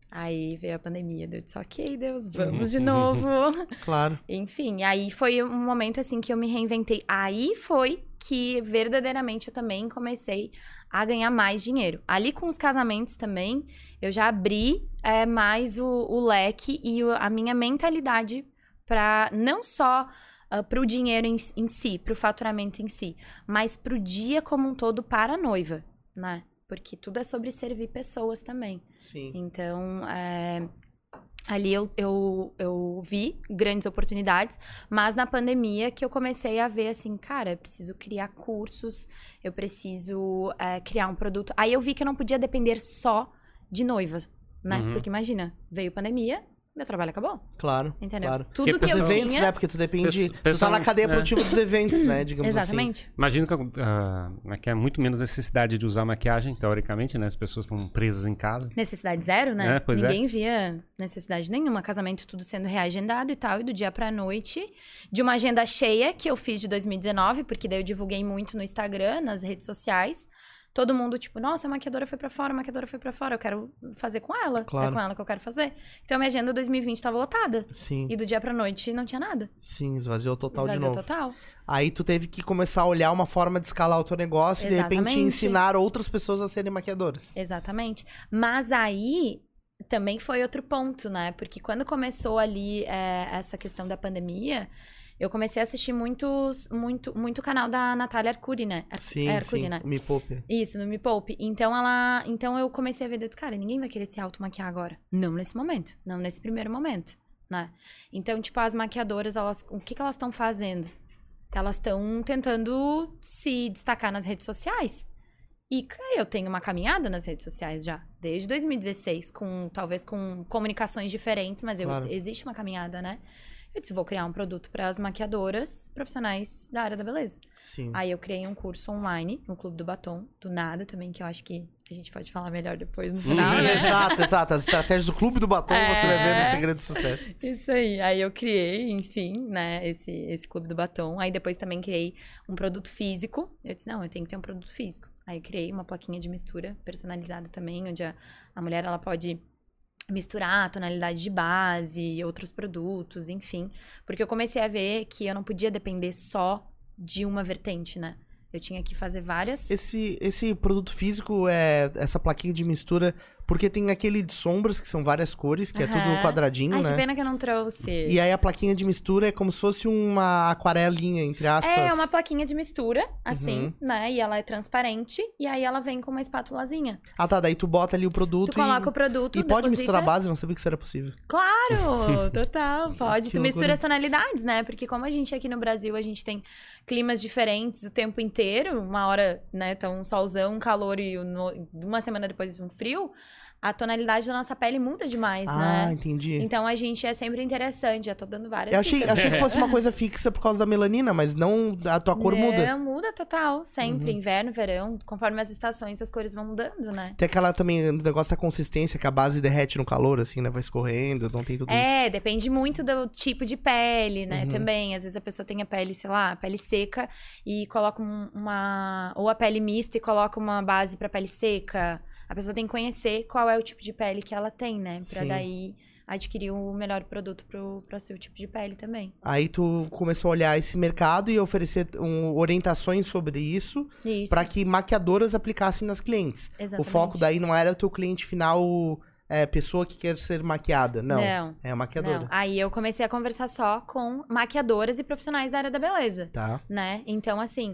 C: Eu disse, ok, Deus, vamos de novo.
A: Claro.
C: Enfim, aí foi um momento, assim, que eu me reinventei. Aí foi que, verdadeiramente, eu também comecei a ganhar mais dinheiro. Ali com os casamentos também, eu já abri mais o leque e a minha mentalidade para não só para o dinheiro em si, para o faturamento em si, mas para o dia como um todo para a noiva, né? Porque tudo é sobre servir pessoas também.
A: Sim.
C: Então, ali eu vi grandes oportunidades, mas na pandemia que eu comecei a ver assim, cara, eu preciso criar cursos, eu preciso criar um produto. Aí eu vi que eu não podia depender só de noiva, né? Porque imagina, veio pandemia, meu trabalho acabou.
A: Claro.
C: Entendeu?
A: Claro.
C: Tudo
A: porque
C: que eu
A: eventos,
C: tinha...
A: né? Porque tu depende... Tu
B: Pessoal,
A: tá na cadeia produtiva dos eventos, né? Digamos
C: Exatamente.
A: assim.
B: Imagino que é muito menos necessidade de usar maquiagem, teoricamente, né? As pessoas estão presas em casa.
C: Necessidade zero, né?
B: Pois
C: Ninguém via necessidade nenhuma. Casamento tudo sendo reagendado e tal. E do dia pra noite, de uma agenda cheia que eu fiz de 2019, porque daí eu divulguei muito no Instagram, nas redes sociais. Todo mundo, tipo, nossa, a maquiadora foi pra fora, eu quero fazer com ela.
A: Claro.
C: É com ela que eu quero fazer. Então, a minha agenda 2020 tava lotada.
A: Sim.
C: E do dia pra noite não tinha nada.
A: Sim, esvaziou total de
C: Esvaziou
A: novo.
C: total.
A: Aí tu teve que começar a olhar uma forma de escalar o teu negócio e de repente
C: Exatamente.
A: ensinar outras pessoas a serem maquiadoras.
C: Exatamente. Mas aí também foi outro ponto, né? Porque quando começou ali essa questão da pandemia, eu comecei a assistir muito o canal da Natália Arcuri, né?
A: Sim,
C: Arcuri,
A: sim.
C: né?
A: Me poupe.
C: Isso, no Me Poupe. Então eu comecei a ver, cara, ninguém vai querer se automaquiar agora. Não nesse momento. Não nesse primeiro momento, né? Então, tipo, as maquiadoras, o que elas estão fazendo? Elas estão tentando se destacar nas redes sociais. E eu tenho uma caminhada nas redes sociais já, desde 2016, talvez com comunicações diferentes, mas
A: Claro.
C: Existe uma caminhada, né? Eu disse, vou criar um produto para as maquiadoras profissionais da área da beleza.
A: Sim.
C: Aí eu criei um curso online no Clube do Batom, do nada também, que eu acho que a gente pode falar melhor depois no
A: Sim,
C: final, né?
A: exato. As estratégias do Clube do Batom você vai ver no Segredo do Sucesso.
C: Isso aí. Aí eu criei, enfim, né, esse Clube do Batom. Aí depois também criei um produto físico. Eu disse, não, eu tenho que ter um produto físico. Aí eu criei uma plaquinha de mistura personalizada também, onde a mulher, ela pode misturar a tonalidade de base, outros produtos, enfim. Porque eu comecei a ver que eu não podia depender só de uma vertente, né? Eu tinha que fazer várias...
A: Esse produto físico é essa plaquinha de mistura, porque tem aquele de sombras, que são várias cores, que é tudo quadradinho,
C: Ai,
A: né?
C: que pena que eu não trouxe.
A: E aí a plaquinha de mistura é como se fosse uma aquarelinha, entre aspas.
C: É uma plaquinha de mistura, assim, né? E ela é transparente, e aí ela vem com uma espátulazinha.
A: Ah, tá. Daí tu bota ali o produto
C: Tu coloca o produto,
A: E pode
C: deposita...
A: misturar a base? Não sabia que isso era possível.
C: Claro, total, pode.
A: Que
C: Tu mistura
A: loucura.
C: as tonalidades, né? Porque como a gente aqui no Brasil, a gente tem climas diferentes o tempo inteiro. Uma hora, né, tá um solzão, um calor e uma semana depois um frio. A tonalidade da nossa pele muda demais, né?
A: Ah, entendi.
C: Então a gente é sempre interessante. Já tô dando várias
A: Eu achei que fosse uma coisa fixa por causa da melanina, mas não a tua cor muda.
C: Não, muda total, sempre. Inverno, verão, conforme as estações, as cores vão mudando, né?
A: Tem aquela também, o negócio da consistência, que a base derrete no calor, assim, né? Vai escorrendo, não tem tudo isso.
C: Depende muito do tipo de pele, né? Também, às vezes a pessoa tem a pele, sei lá, pele seca e coloca ou a pele mista e coloca uma base pra pele seca. A pessoa tem que conhecer qual é o tipo de pele que ela tem, né? Pra
A: Sim.
C: daí adquirir o melhor produto pro seu tipo de pele também.
A: Aí tu começou a olhar esse mercado e oferecer orientações sobre isso. Para que maquiadoras aplicassem nas clientes.
C: Exatamente.
A: O foco daí não era o teu cliente final, pessoa que quer ser maquiada, não. É a maquiadora.
C: Não. Aí eu comecei a conversar só com maquiadoras e profissionais da área da beleza.
A: Tá.
C: Né? Então, assim,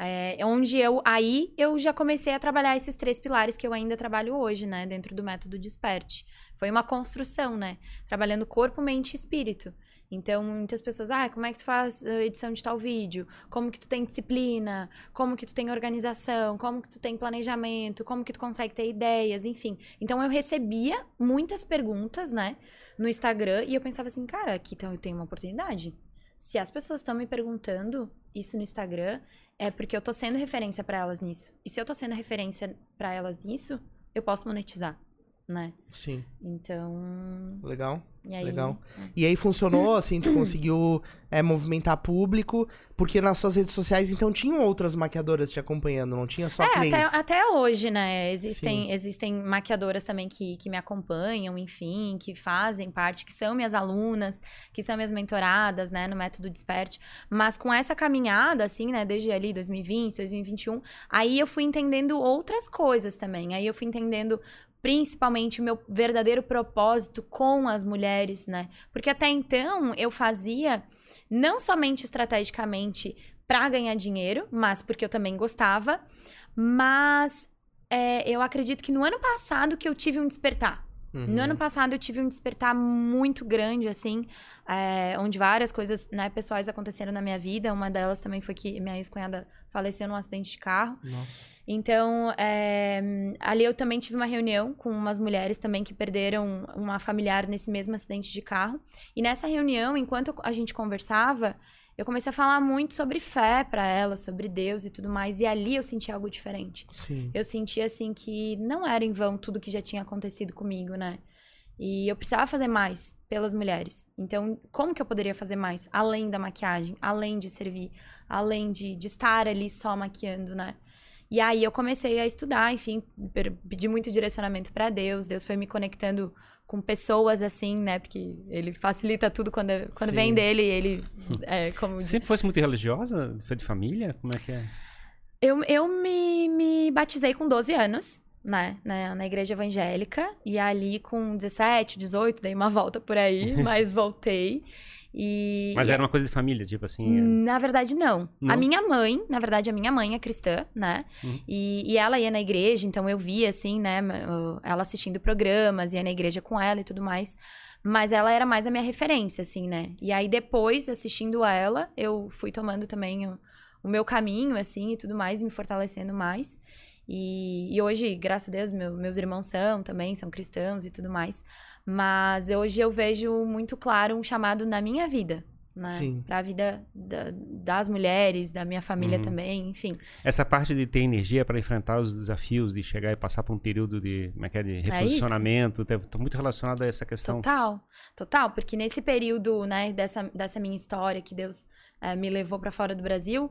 C: aí eu já comecei a trabalhar esses 3 pilares que eu ainda trabalho hoje, né? Dentro do método Desperte. Foi uma construção, né? Trabalhando corpo, mente e espírito. Então, muitas pessoas, como é que tu faz edição de tal vídeo? Como que tu tem disciplina? Como que tu tem organização? Como que tu tem planejamento? Como que tu consegue ter ideias? Enfim. Então, eu recebia muitas perguntas, né, no Instagram, e eu pensava assim, cara, aqui eu tenho uma oportunidade. Se as pessoas estão me perguntando isso no Instagram, é porque eu tô sendo referência pra elas nisso. E se eu tô sendo referência pra elas nisso, eu posso monetizar, né?
A: Sim.
C: Então...
A: Legal.
C: E aí,
A: legal. E aí funcionou, assim, tu conseguiu movimentar público, porque nas suas redes sociais, então, tinham outras maquiadoras te acompanhando, não tinha só clientes?
C: Até hoje, né? Existem maquiadoras também que me acompanham, enfim, que fazem parte, que são minhas alunas, que são minhas mentoradas, né, no Método Desperte. Mas com essa caminhada, assim, né, desde ali 2020, 2021, aí eu fui entendendo outras coisas também. Aí eu fui entendendo principalmente o meu verdadeiro propósito com as mulheres, né? Porque até então eu fazia não somente estrategicamente para ganhar dinheiro, mas porque eu também gostava, mas eu acredito que no ano passado que eu tive um despertar. No ano passado eu tive um despertar muito grande, assim, onde várias coisas, né, pessoais aconteceram na minha vida. Uma delas também foi que minha ex-cunhada faleceu num acidente de carro.
A: Nossa.
C: Então, ali eu também tive uma reunião com umas mulheres também que perderam uma familiar nesse mesmo acidente de carro. E nessa reunião, enquanto a gente conversava, eu comecei a falar muito sobre fé pra elas, sobre Deus e tudo mais. E ali eu senti algo diferente.
A: Sim.
C: Eu senti, assim, que não era em vão tudo que já tinha acontecido comigo, né? E eu precisava fazer mais pelas mulheres. Então, como que eu poderia fazer mais? Além da maquiagem, além de servir, além de estar ali só maquiando, né? E aí eu comecei a estudar, enfim, pedi muito direcionamento pra Deus. Deus foi me conectando com pessoas assim, né? Porque ele facilita tudo quando vem dele, ele como...
B: Sempre fosse muito religiosa? Foi de família? Como é que é?
C: Eu me batizei com 12 anos, né? Na igreja evangélica. E ali com 17, 18, dei uma volta por aí, mas voltei.
B: Mas era uma coisa de família, tipo assim?
C: Na verdade, não. A minha mãe é cristã, né? E ela ia na igreja, então eu via, assim, né? Ela assistindo programas, ia na igreja com ela e tudo mais. Mas ela era mais a minha referência, assim, né? E aí, depois, assistindo ela, eu fui tomando também o meu caminho, assim, e tudo mais, me fortalecendo mais. E hoje, graças a Deus, meus irmãos são cristãos e tudo mais. Mas hoje eu vejo muito claro um chamado na minha vida, né?
A: Sim.
C: Pra vida das mulheres, da minha família também, enfim.
B: Essa parte de ter energia para enfrentar os desafios, de chegar e passar por um período de reposicionamento, tô muito relacionado a essa questão.
C: Total, porque nesse período, né, dessa minha história que Deus me levou pra fora do Brasil,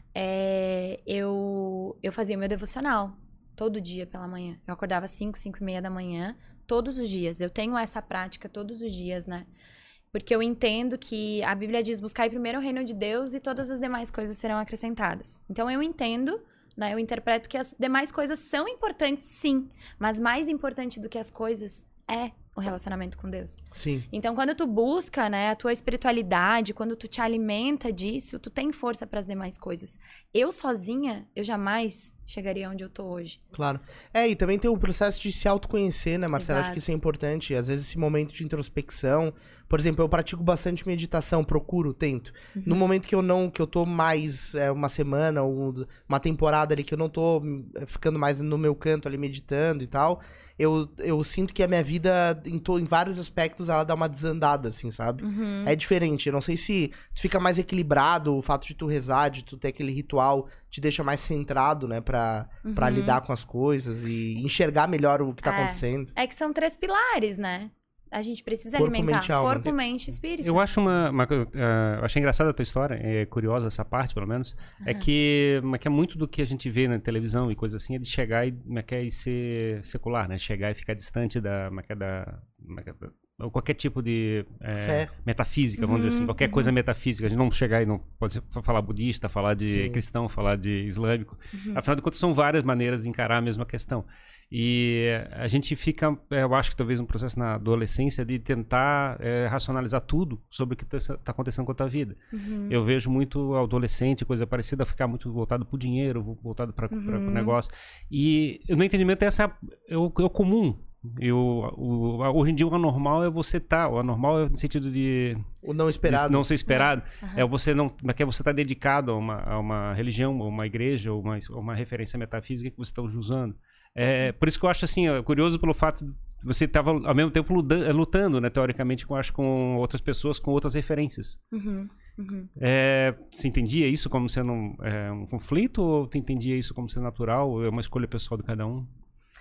C: eu fazia o meu devocional todo dia pela manhã. Eu acordava 5:30 da manhã, todos os dias. Eu tenho essa prática todos os dias, né? Porque eu entendo que a Bíblia diz: buscai primeiro o reino de Deus e todas as demais coisas serão acrescentadas. Então eu entendo, né? Eu interpreto que as demais coisas são importantes, sim. Mas mais importante do que as coisas é o relacionamento com Deus.
A: Sim.
C: Então, quando tu busca, né, a tua espiritualidade, quando tu te alimenta disso, tu tem força para as demais coisas. Eu sozinha, eu jamais chegaria onde eu tô hoje.
A: Claro. E também tem o processo de se autoconhecer, né, Marcela?
C: Exato.
A: Acho que isso é importante. Às vezes esse momento de introspecção. Por exemplo, eu pratico bastante meditação, tento. No momento que eu tô mais uma semana ou uma temporada ali que eu não tô ficando mais no meu canto ali meditando e tal, eu sinto que a minha vida, em vários aspectos, ela dá uma desandada, assim, sabe? É diferente. Eu não sei se tu fica mais equilibrado, o fato de tu rezar, de tu ter aquele ritual, te deixa mais centrado, né, pra lidar com as coisas e enxergar melhor o que tá acontecendo.
C: É que são 3 pilares, né? A gente precisa
A: Corpo,
C: alimentar
A: mente e alma.
C: corpo, mente e espírito.
B: Eu acho eu achei engraçada a tua história, curiosa essa parte, pelo menos. É que muito do que a gente vê na televisão e coisa assim é de chegar e ser secular, né? Chegar e ficar distante qualquer tipo de
A: Fé.
B: metafísica, vamos dizer assim, qualquer coisa metafísica. A gente não chegar e não pode falar budista, falar de cristão, falar de islâmico. Afinal de contas, são várias maneiras de encarar a mesma questão. E a gente fica, eu acho que talvez um processo na adolescência de tentar racionalizar tudo sobre o que está acontecendo com a tua vida. Eu vejo muito adolescente, coisa parecida, ficar muito voltado para o dinheiro, voltado para o negócio. E o meu entendimento é o comum. Hoje em dia o anormal é você o anormal é no sentido de
A: o não esperado,
B: de não ser esperado. É você estar dedicado a uma religião, a uma igreja, ou uma referência metafísica que você está usando. Por isso que eu acho assim, curioso pelo fato de você estava ao mesmo tempo lutando, né, teoricamente, com outras pessoas, com outras referências. Você entendia isso como sendo um conflito, ou tu entendia isso como sendo natural, ou é uma escolha pessoal de cada um?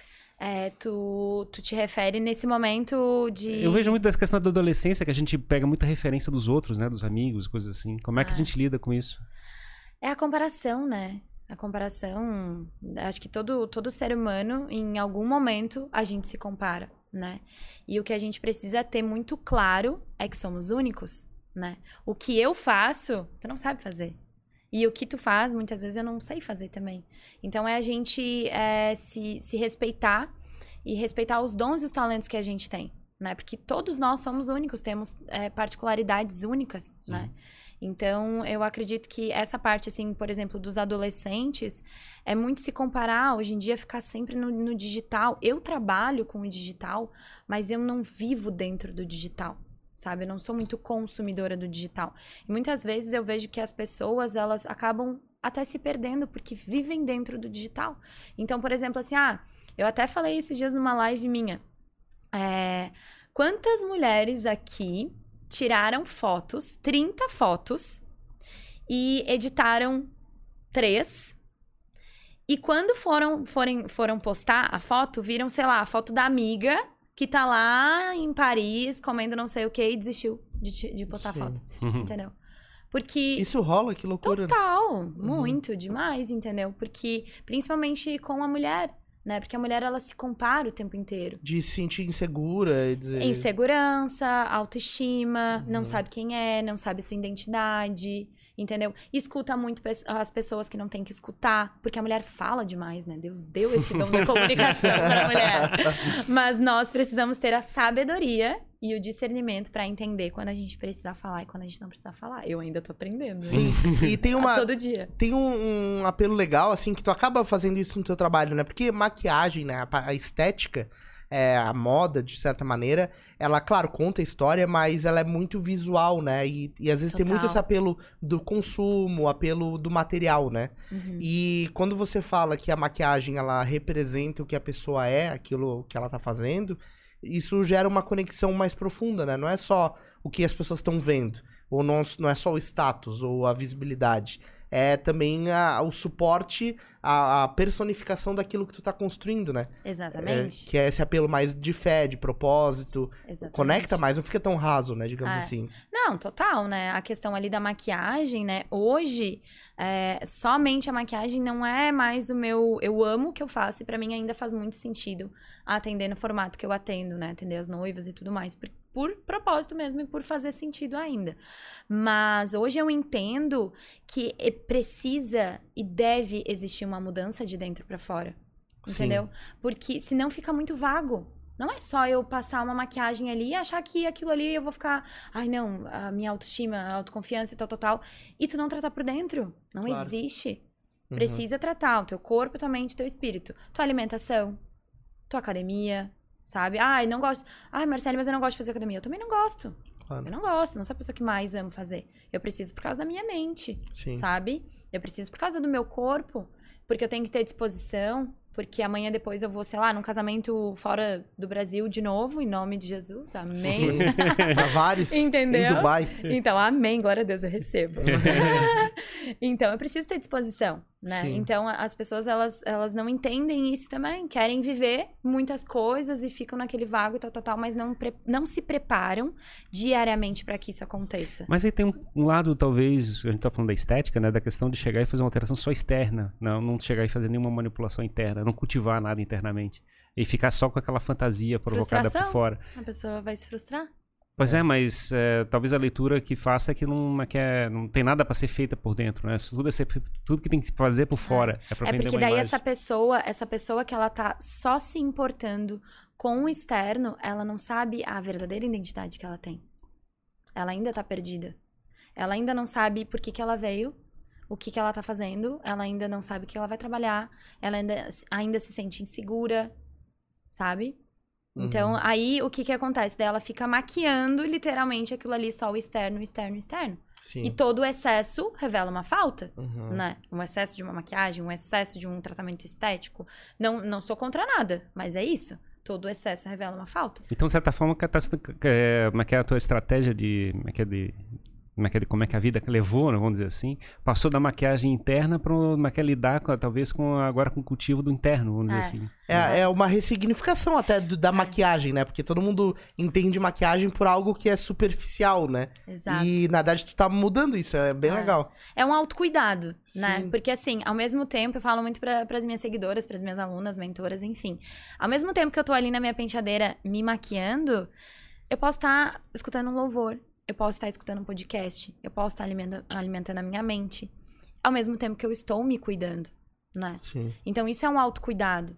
C: Tu te refere nesse momento de...
B: Eu vejo muito dessa questão da adolescência, que a gente pega muita referência dos outros, né? Dos amigos, coisas assim. Como é que a gente lida com isso?
C: É a comparação, né? A comparação... Acho que todo ser humano, em algum momento, a gente se compara, né? E o que a gente precisa ter muito claro é que somos únicos, né? O que eu faço, tu não sabe fazer. E o que tu faz, muitas vezes, eu não sei fazer também. Então, é a gente se respeitar e respeitar os dons e os talentos que a gente tem, né? Porque todos nós somos únicos, temos particularidades únicas, né? Então, eu acredito que essa parte, assim, por exemplo, dos adolescentes, é muito se comparar, hoje em dia, ficar sempre no digital. Eu trabalho com o digital, mas eu não vivo dentro do digital. Sabe? Eu não sou muito consumidora do digital. E muitas vezes eu vejo que as pessoas, elas acabam até se perdendo porque vivem dentro do digital. Então, por exemplo, assim, eu até falei esses dias numa live minha. Quantas mulheres aqui tiraram fotos, 30 fotos, e editaram 3, e quando foram postar a foto, viram, sei lá, a foto da amiga que tá lá em Paris, comendo não sei o que, e desistiu de postar a foto, entendeu? Porque...
A: Isso rola, que loucura.
C: Total, muito, demais, entendeu? Porque, principalmente com a mulher, né? Porque a mulher, ela se compara o tempo inteiro.
A: De se sentir insegura e dizer...
C: Insegurança, autoestima, não sabe quem é, não sabe sua identidade... Entendeu? Escuta muito as pessoas que não tem que escutar, porque a mulher fala demais, né? Deus deu esse dom da comunicação para a mulher. Mas nós precisamos ter a sabedoria e o discernimento para entender quando a gente precisa falar e quando a gente não precisa falar. Eu ainda tô aprendendo.
A: Sim. E tem
C: todo dia.
A: Tem um apelo legal, assim, que tu acaba fazendo isso no teu trabalho, né? Porque maquiagem, né? A estética... a moda, de certa maneira, ela, claro, conta a história, mas ela é muito visual, né? E às vezes tem muito esse apelo do consumo, apelo do material, né? E quando você fala que a maquiagem, ela representa o que a pessoa é, aquilo que ela tá fazendo, isso gera uma conexão mais profunda, né? Não é só o que as pessoas estão vendo, ou não é só o status ou a visibilidade. É também o suporte, a personificação daquilo que tu tá construindo, né?
C: Exatamente.
A: Que é esse apelo mais de fé, de propósito.
C: Exatamente.
A: Conecta mais, não fica tão raso, né? Digamos assim.
C: Não, total, né? A questão ali da maquiagem, né? Hoje, somente a maquiagem não é mais o meu... Eu amo o que eu faço e pra mim ainda faz muito sentido atender no formato que eu atendo, né? Atender as noivas e tudo mais. Por propósito mesmo e por fazer sentido ainda. Mas hoje eu entendo que precisa e deve existir uma mudança de dentro pra fora. Entendeu? Sim. Porque senão fica muito vago. Não é só eu passar uma maquiagem ali e achar que aquilo ali eu vou ficar... Ai, não, a minha autoestima, a autoconfiança e tal. E tu não tratar por dentro. Não existe. Precisa tratar o teu corpo, tua mente, teu espírito. Tua alimentação, tua academia... Sabe? Ai, não gosto. Ai, Marcele, mas eu não gosto de fazer academia. Eu também não gosto. Claro. Eu não gosto. Não sou a pessoa que mais amo fazer. Eu preciso por causa da minha mente. Sim. Sabe? Eu preciso por causa do meu corpo. Porque eu tenho que ter disposição. Porque amanhã depois eu vou, sei lá, num casamento fora do Brasil de novo, em nome de Jesus. Amém.
A: Pra vários.
C: Entendeu?
A: Em Dubai.
C: Então, amém. Glória a Deus, eu recebo. Então, eu preciso ter disposição, né?
A: Sim.
C: Então, as pessoas, elas não entendem isso também. Querem viver muitas coisas e ficam naquele vago e tal, mas não se preparam diariamente para que isso aconteça.
B: Mas aí tem um lado, talvez, a gente tá falando da estética, né? Da questão de chegar e fazer uma alteração só externa. Não chegar e fazer nenhuma manipulação interna, não cultivar nada internamente. E ficar só com aquela fantasia provocada por fora.
C: A pessoa vai se frustrar.
B: Pois mas talvez a leitura que faça é que não tem nada para ser feita por dentro, né? Tudo que tem que se fazer por fora é para vender
C: porque
B: uma
C: daí
B: imagem.
C: essa pessoa que ela tá só se importando com o externo, ela não sabe a verdadeira identidade que ela tem. Ela ainda tá perdida. Ela ainda não sabe por que ela veio, o que ela tá fazendo, ela ainda não sabe o que ela vai trabalhar, ela ainda se sente insegura, sabe? Então, aí, o que acontece? Daí ela fica maquiando, literalmente, aquilo ali, só o externo.
A: Sim.
C: E todo o excesso revela uma falta, né? Um excesso de uma maquiagem, um excesso de um tratamento estético. Não sou contra nada, mas é isso. Todo o excesso revela uma falta.
B: Então, de certa forma, como é que é a tua estratégia como é que a vida levou, né, vamos dizer assim, passou da maquiagem interna para lidar agora com o cultivo do interno, vamos dizer assim.
A: É uma ressignificação até da maquiagem, né? Porque todo mundo entende maquiagem por algo que é superficial, né?
C: Exato.
A: E na verdade tu tá mudando isso, é bem legal.
C: É um autocuidado, né?
A: Sim.
C: Porque assim, ao mesmo tempo, eu falo muito para as minhas seguidoras, para as minhas alunas, mentoras, enfim. Ao mesmo tempo que eu tô ali na minha penteadeira me maquiando, eu posso estar escutando um louvor. Eu posso estar escutando um podcast, eu posso estar alimentando a minha mente, ao mesmo tempo que eu estou me cuidando, né?
A: Sim.
C: Então, isso é um autocuidado.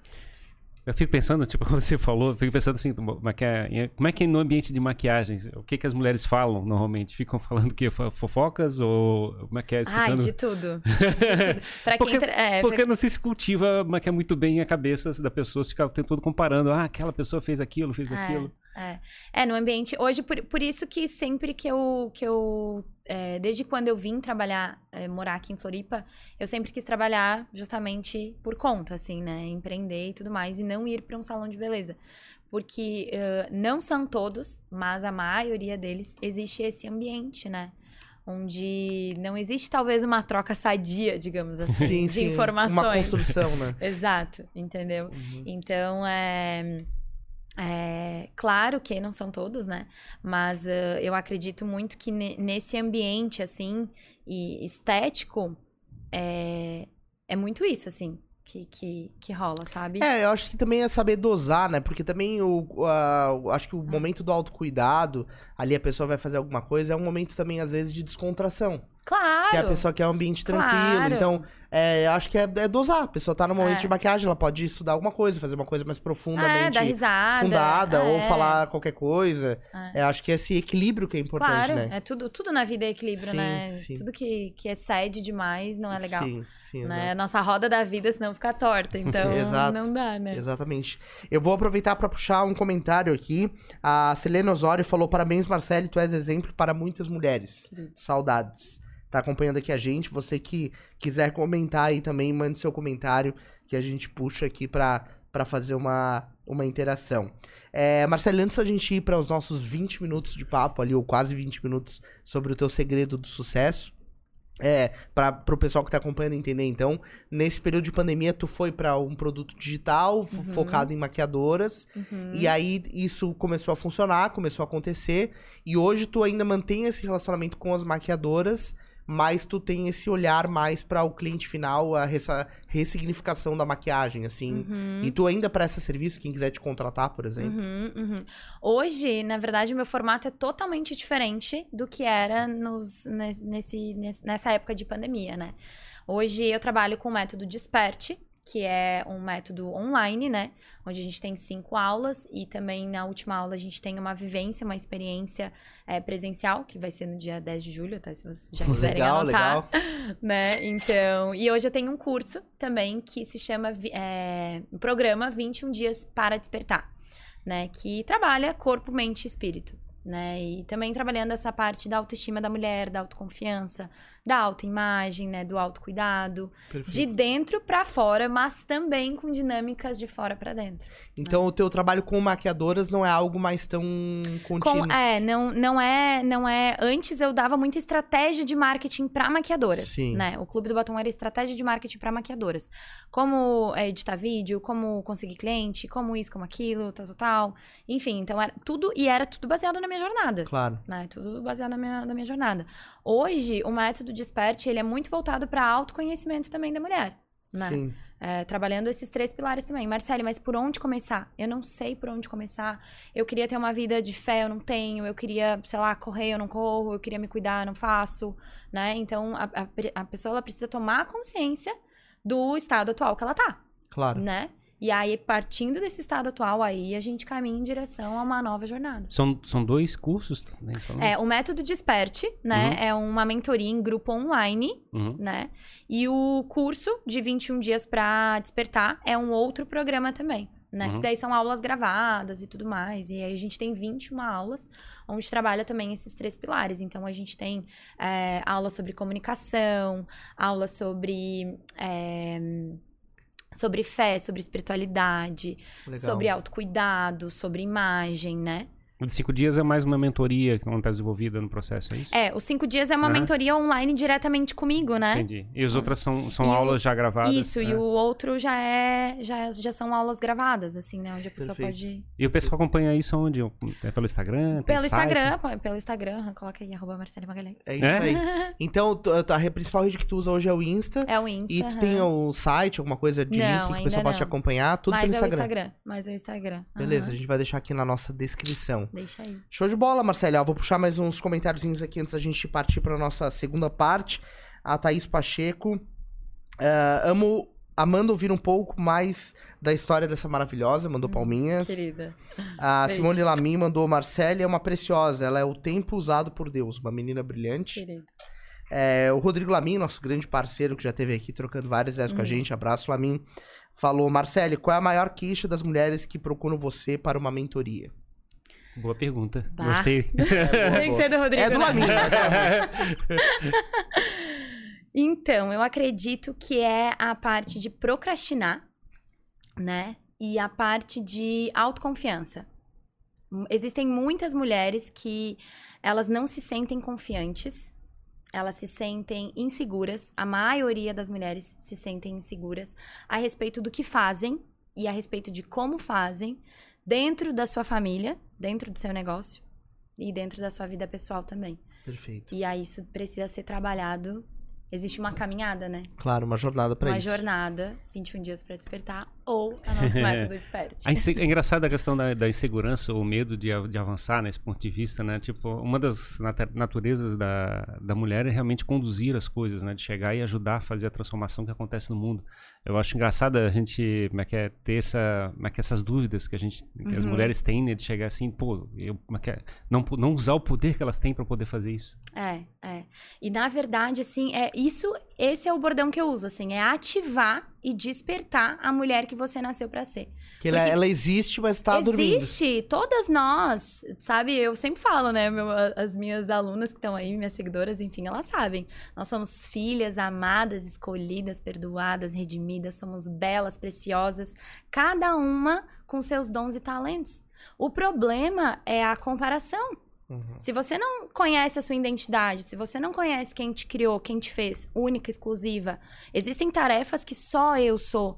B: Eu fico pensando, tipo, como você falou, eu fico pensando assim, como é que é no ambiente de maquiagens? O que as mulheres falam normalmente? Ficam falando que fofocas ou como é que é?
C: Ai, de tudo. De tudo. Pra
B: porque eu não sei se cultiva maquiar muito bem a cabeça da pessoa, se fica o tempo todo comparando, aquela pessoa fez aquilo, fez aquilo.
C: No ambiente, hoje, por isso que sempre que eu desde quando eu vim trabalhar, morar aqui em Floripa, eu sempre quis trabalhar justamente por conta, assim, né, empreender e tudo mais, e não ir para um salão de beleza, porque não são todos, mas a maioria deles, existe esse ambiente, né, onde não existe talvez uma troca sadia, digamos assim, de informações.
A: Uma construção, né?
C: Exato, entendeu? Então, claro que não são todos, né? Mas eu acredito muito que nesse ambiente, assim, e estético, é muito isso, assim, que rola, sabe?
A: Eu acho que também é saber dosar, né? Porque também acho que o momento do autocuidado, ali a pessoa vai fazer alguma coisa, é um momento também, às vezes, de descontração.
C: Claro!
A: Que a pessoa quer um ambiente tranquilo, então... acho que é dosar. A pessoa tá no momento de maquiagem, ela pode estudar alguma coisa, fazer uma coisa mais profundamente
C: dar risada,
A: fundada, ou falar qualquer coisa. Acho que é esse equilíbrio que é importante,
C: claro,
A: né?
C: Tudo na vida é equilíbrio, né?
A: Sim.
C: Tudo que excede demais não é legal.
A: Sim,
C: né? A nossa roda da vida, senão fica torta, então
A: Exato.
C: não dá, né?
A: Exatamente. Eu vou aproveitar para puxar um comentário aqui. A Selena Osório falou: parabéns, Marcele, tu és exemplo para muitas mulheres. Saudades. Tá acompanhando aqui a gente. Você que quiser comentar aí também, mande seu comentário que a gente puxa aqui pra fazer uma interação. Marcelo, antes da gente ir para os nossos 20 minutos de papo ali, ou quase 20 minutos, sobre o teu segredo do sucesso, para o pessoal que tá acompanhando entender, então, nesse período de pandemia, tu foi para um produto digital focado em maquiadoras, e aí isso começou a funcionar, começou a acontecer, e hoje tu ainda mantém esse relacionamento com as maquiadoras, mas tu tem esse olhar mais para o cliente final, essa ressignificação da maquiagem, assim. E tu ainda presta serviço, quem quiser te contratar, por exemplo.
C: Hoje, na verdade, o meu formato é totalmente diferente do que era nessa época de pandemia, né? Hoje eu trabalho com o método Desperte, que é um método online, né? Onde a gente tem 5 aulas e também na última aula a gente tem uma vivência, uma experiência presencial, que vai ser no dia 10 de julho, tá? Se vocês já quiserem anotar. Legal. Né? Então, e hoje eu tenho um curso também que se chama Programa 21 Dias para Despertar, né? Que trabalha corpo, mente e espírito. né? E também trabalhando essa parte da autoestima da mulher, da autoconfiança, da autoimagem, né? Do autocuidado.
A: Perfeito.
C: De dentro pra fora, mas também com dinâmicas de fora pra dentro.
A: Então, o teu trabalho com maquiadoras não é algo mais tão contínuo.
C: Não é... Antes eu dava muita estratégia de marketing pra maquiadoras,
A: Sim.
C: né? O Clube do Batom era estratégia de marketing pra maquiadoras. Como editar vídeo, como conseguir cliente, como isso, como aquilo, tal. Enfim, então era tudo baseado na minha jornada.
A: Claro.
C: Né? Tudo baseado na minha jornada. Hoje, o método Desperte, ele é muito voltado para autoconhecimento também da mulher, né?
A: Sim.
C: Trabalhando esses 3 pilares também. Marcele, mas por onde começar? Eu não sei por onde começar. Eu queria ter uma vida de fé, eu não tenho. Eu queria, sei lá, correr, eu não corro. Eu queria me cuidar, eu não faço, né? Então, a pessoa, ela precisa tomar consciência do estado atual que ela tá,
A: Claro.
C: né? E aí, partindo desse estado atual, aí a gente caminha em direção a uma nova jornada.
B: São 2 cursos, né?
C: O método Desperte, né? É uma mentoria em grupo online, né? E o curso de 21 dias pra despertar é um outro programa também, né? Que daí são aulas gravadas e tudo mais. E aí a gente tem 21 aulas, onde trabalha também esses 3 pilares. Então, a gente tem aula sobre comunicação, aula sobre fé, sobre espiritualidade,
A: Legal.
C: sobre autocuidado, sobre imagem, né?
B: O de 5 dias é mais uma mentoria que não está desenvolvida no processo, é isso?
C: Os 5 dias é uma mentoria online diretamente comigo, né?
B: Entendi. E as outras são aulas já gravadas?
C: Isso, e o outro já são aulas gravadas, assim, né? Onde a pessoa pode...
B: E o pessoal acompanha isso onde? É pelo Instagram?
C: Pelo Instagram, coloca aí, @Marcele Magalhães.
A: É isso aí. Então, a principal rede que tu usa hoje é o Insta.
C: É o Insta.
A: E tu tem o site, alguma coisa de link que o pessoal possa te acompanhar? Tudo pelo Instagram.
C: Mas é o Instagram.
A: Beleza, a gente vai deixar aqui na nossa descrição.
C: Deixa aí.
A: Show de bola, Marcelo. Ó, vou puxar mais uns comentáriozinhos aqui antes da gente partir para nossa segunda parte. A Thaís Pacheco. Amanda ouvir um pouco mais da história dessa maravilhosa. Mandou palminhas.
C: Querida.
A: A
C: Beijo.
A: Simone Lamin mandou: Marcele é uma preciosa. Ela é o tempo usado por Deus. Uma menina brilhante.
C: Querida.
A: O Rodrigo Lamin, nosso grande parceiro, que já esteve aqui trocando várias ideias com a gente. Abraço, Lamin. Falou: Marcele, qual é a maior queixa das mulheres que procuram você para uma mentoria?
B: Boa pergunta.
C: Bah.
B: Gostei.
C: Tem que ser do Rodrigo.
A: É do
C: né?
A: Lamin.
C: Então, eu acredito que é a parte de procrastinar, né? E a parte de autoconfiança. Existem muitas mulheres que elas não se sentem confiantes, elas se sentem inseguras. A maioria das mulheres se sentem inseguras a respeito do que fazem e a respeito de como fazem dentro da sua família, dentro do seu negócio e dentro da sua vida pessoal também.
A: Perfeito.
C: E aí isso precisa ser trabalhado. Existe uma caminhada, né?
A: Claro, uma jornada pra isso.
C: Uma jornada, 21 dias pra despertar, ou a nosso método Desperte.
B: É engraçado a questão da insegurança ou medo de avançar nesse ponto de vista, né? Tipo, uma das naturezas da mulher é realmente conduzir as coisas, né? De chegar e ajudar a fazer a transformação que acontece no mundo. Eu acho engraçado a gente, ter essas dúvidas que que as mulheres têm, né? De chegar assim, não usar o poder que elas têm para poder fazer isso.
C: E na verdade, assim, esse é o bordão que eu uso, assim, é ativar e despertar a mulher que você nasceu pra ser.
A: Que ela existe, mas tá dormindo.
C: Existe, todas nós, sabe? Eu sempre falo, né? As minhas alunas que estão aí, minhas seguidoras, enfim, elas sabem. Nós somos filhas amadas, escolhidas, perdoadas, redimidas, somos belas, preciosas, cada uma com seus dons e talentos. O problema é a comparação. Se você não conhece a sua identidade, se você não conhece quem te criou, quem te fez, única, exclusiva, existem tarefas que só eu sou,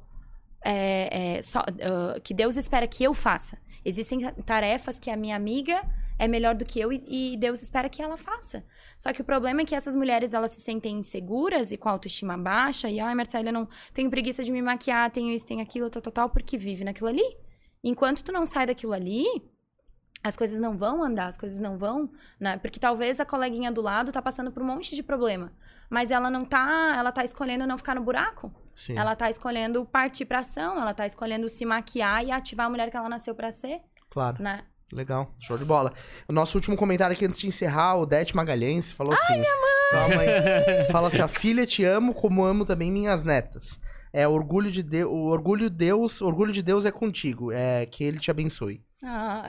C: que Deus espera que eu faça. Existem tarefas que a minha amiga é melhor do que eu e Deus espera que ela faça. Só que o problema é que essas mulheres, elas se sentem inseguras e com a autoestima baixa e, Marcela, eu não tenho preguiça de me maquiar, tenho isso, tenho aquilo, tal, porque vive naquilo ali. Enquanto tu não sai daquilo ali, as coisas não vão andar, as coisas não vão, né? Porque talvez a coleguinha do lado tá passando por um monte de problema, mas ela tá escolhendo não ficar no buraco.
A: Sim.
C: Ela tá escolhendo partir pra ação, ela tá escolhendo se maquiar e ativar a mulher que ela nasceu pra ser.
A: Claro.
C: Né?
A: Legal, show de bola. O nosso último comentário aqui antes de encerrar, o Dete Magalhães falou assim...
C: Ai, minha mãe!
A: Tua mãe fala assim, filha, te amo como amo também minhas netas. O orgulho de Deus é contigo, que ele te abençoe.
C: Ai,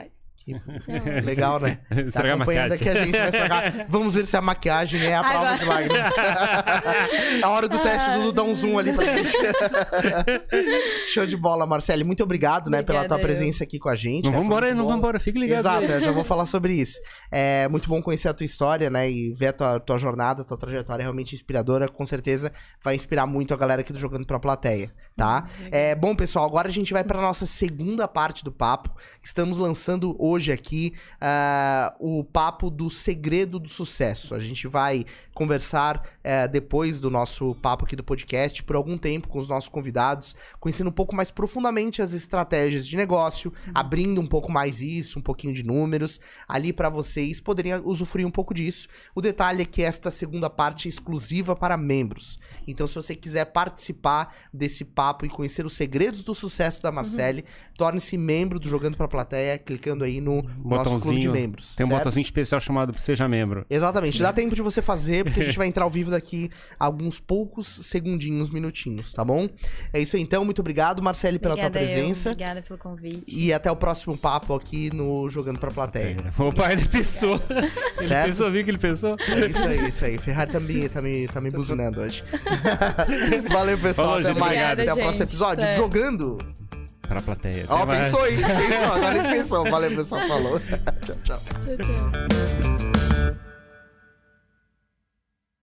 A: Legal, né? Tá
B: Estragar a
A: acompanhando
B: maquiagem.
A: aqui, a gente vai estragar. Vamos ver se a maquiagem é a prova de lágrimas. A hora do teste, o Dudu dá um zoom ali pra gente. Show de bola, Marcele. Muito obrigado, né, pela tua presença aqui com a gente.
B: Não
A: né?
B: vamos embora, não vamos embora. Fique ligado.
A: Exato,
B: aí.
A: eu já vou falar sobre isso. É muito bom conhecer a tua história, né, e ver a tua jornada, a tua trajetória realmente inspiradora. Com certeza vai inspirar muito a galera aqui do Jogando Pra Plateia, tá? Bom, pessoal, agora a gente vai pra nossa segunda parte do papo. Estamos lançando hoje aqui o papo do segredo do sucesso. A gente vai conversar depois do nosso papo aqui do podcast por algum tempo com os nossos convidados, conhecendo um pouco mais profundamente as estratégias de negócio, abrindo um pouco mais isso, um pouquinho de números, ali para vocês poderem usufruir um pouco disso. O detalhe é que esta segunda parte é exclusiva para membros. Então, se você quiser participar desse papo e conhecer os segredos do sucesso da Marcele, torne-se membro do Jogando Pra Plateia, clicando aí no nosso clube de membros.
B: Tem um
A: certo?
B: botãozinho especial chamado Seja Membro.
A: Exatamente. Dá tempo de você fazer, porque a gente vai entrar ao vivo daqui a alguns poucos segundinhos, minutinhos, tá bom? É isso aí, então. Muito obrigado, Marcele, pela tua presença.
C: Obrigada pelo convite.
A: E até o próximo papo aqui no Jogando Pra Plateia.
B: Opa, ele pensou. Ele
A: Certo?
B: pensou, viu que ele pensou?
A: É isso aí. Ferrari tá me buzinando hoje. Valeu, pessoal.
B: Falou,
A: até
B: gente,
A: mais.
B: obrigado,
A: Até o próximo episódio. Jogando.
B: Pra plateia.
A: Ó,
B: Até mais.
A: pensou aí. Pensou. Agora ele pensou. Valeu, pessoal. Falou. Tchau, tchau.
C: Tchau, tchau.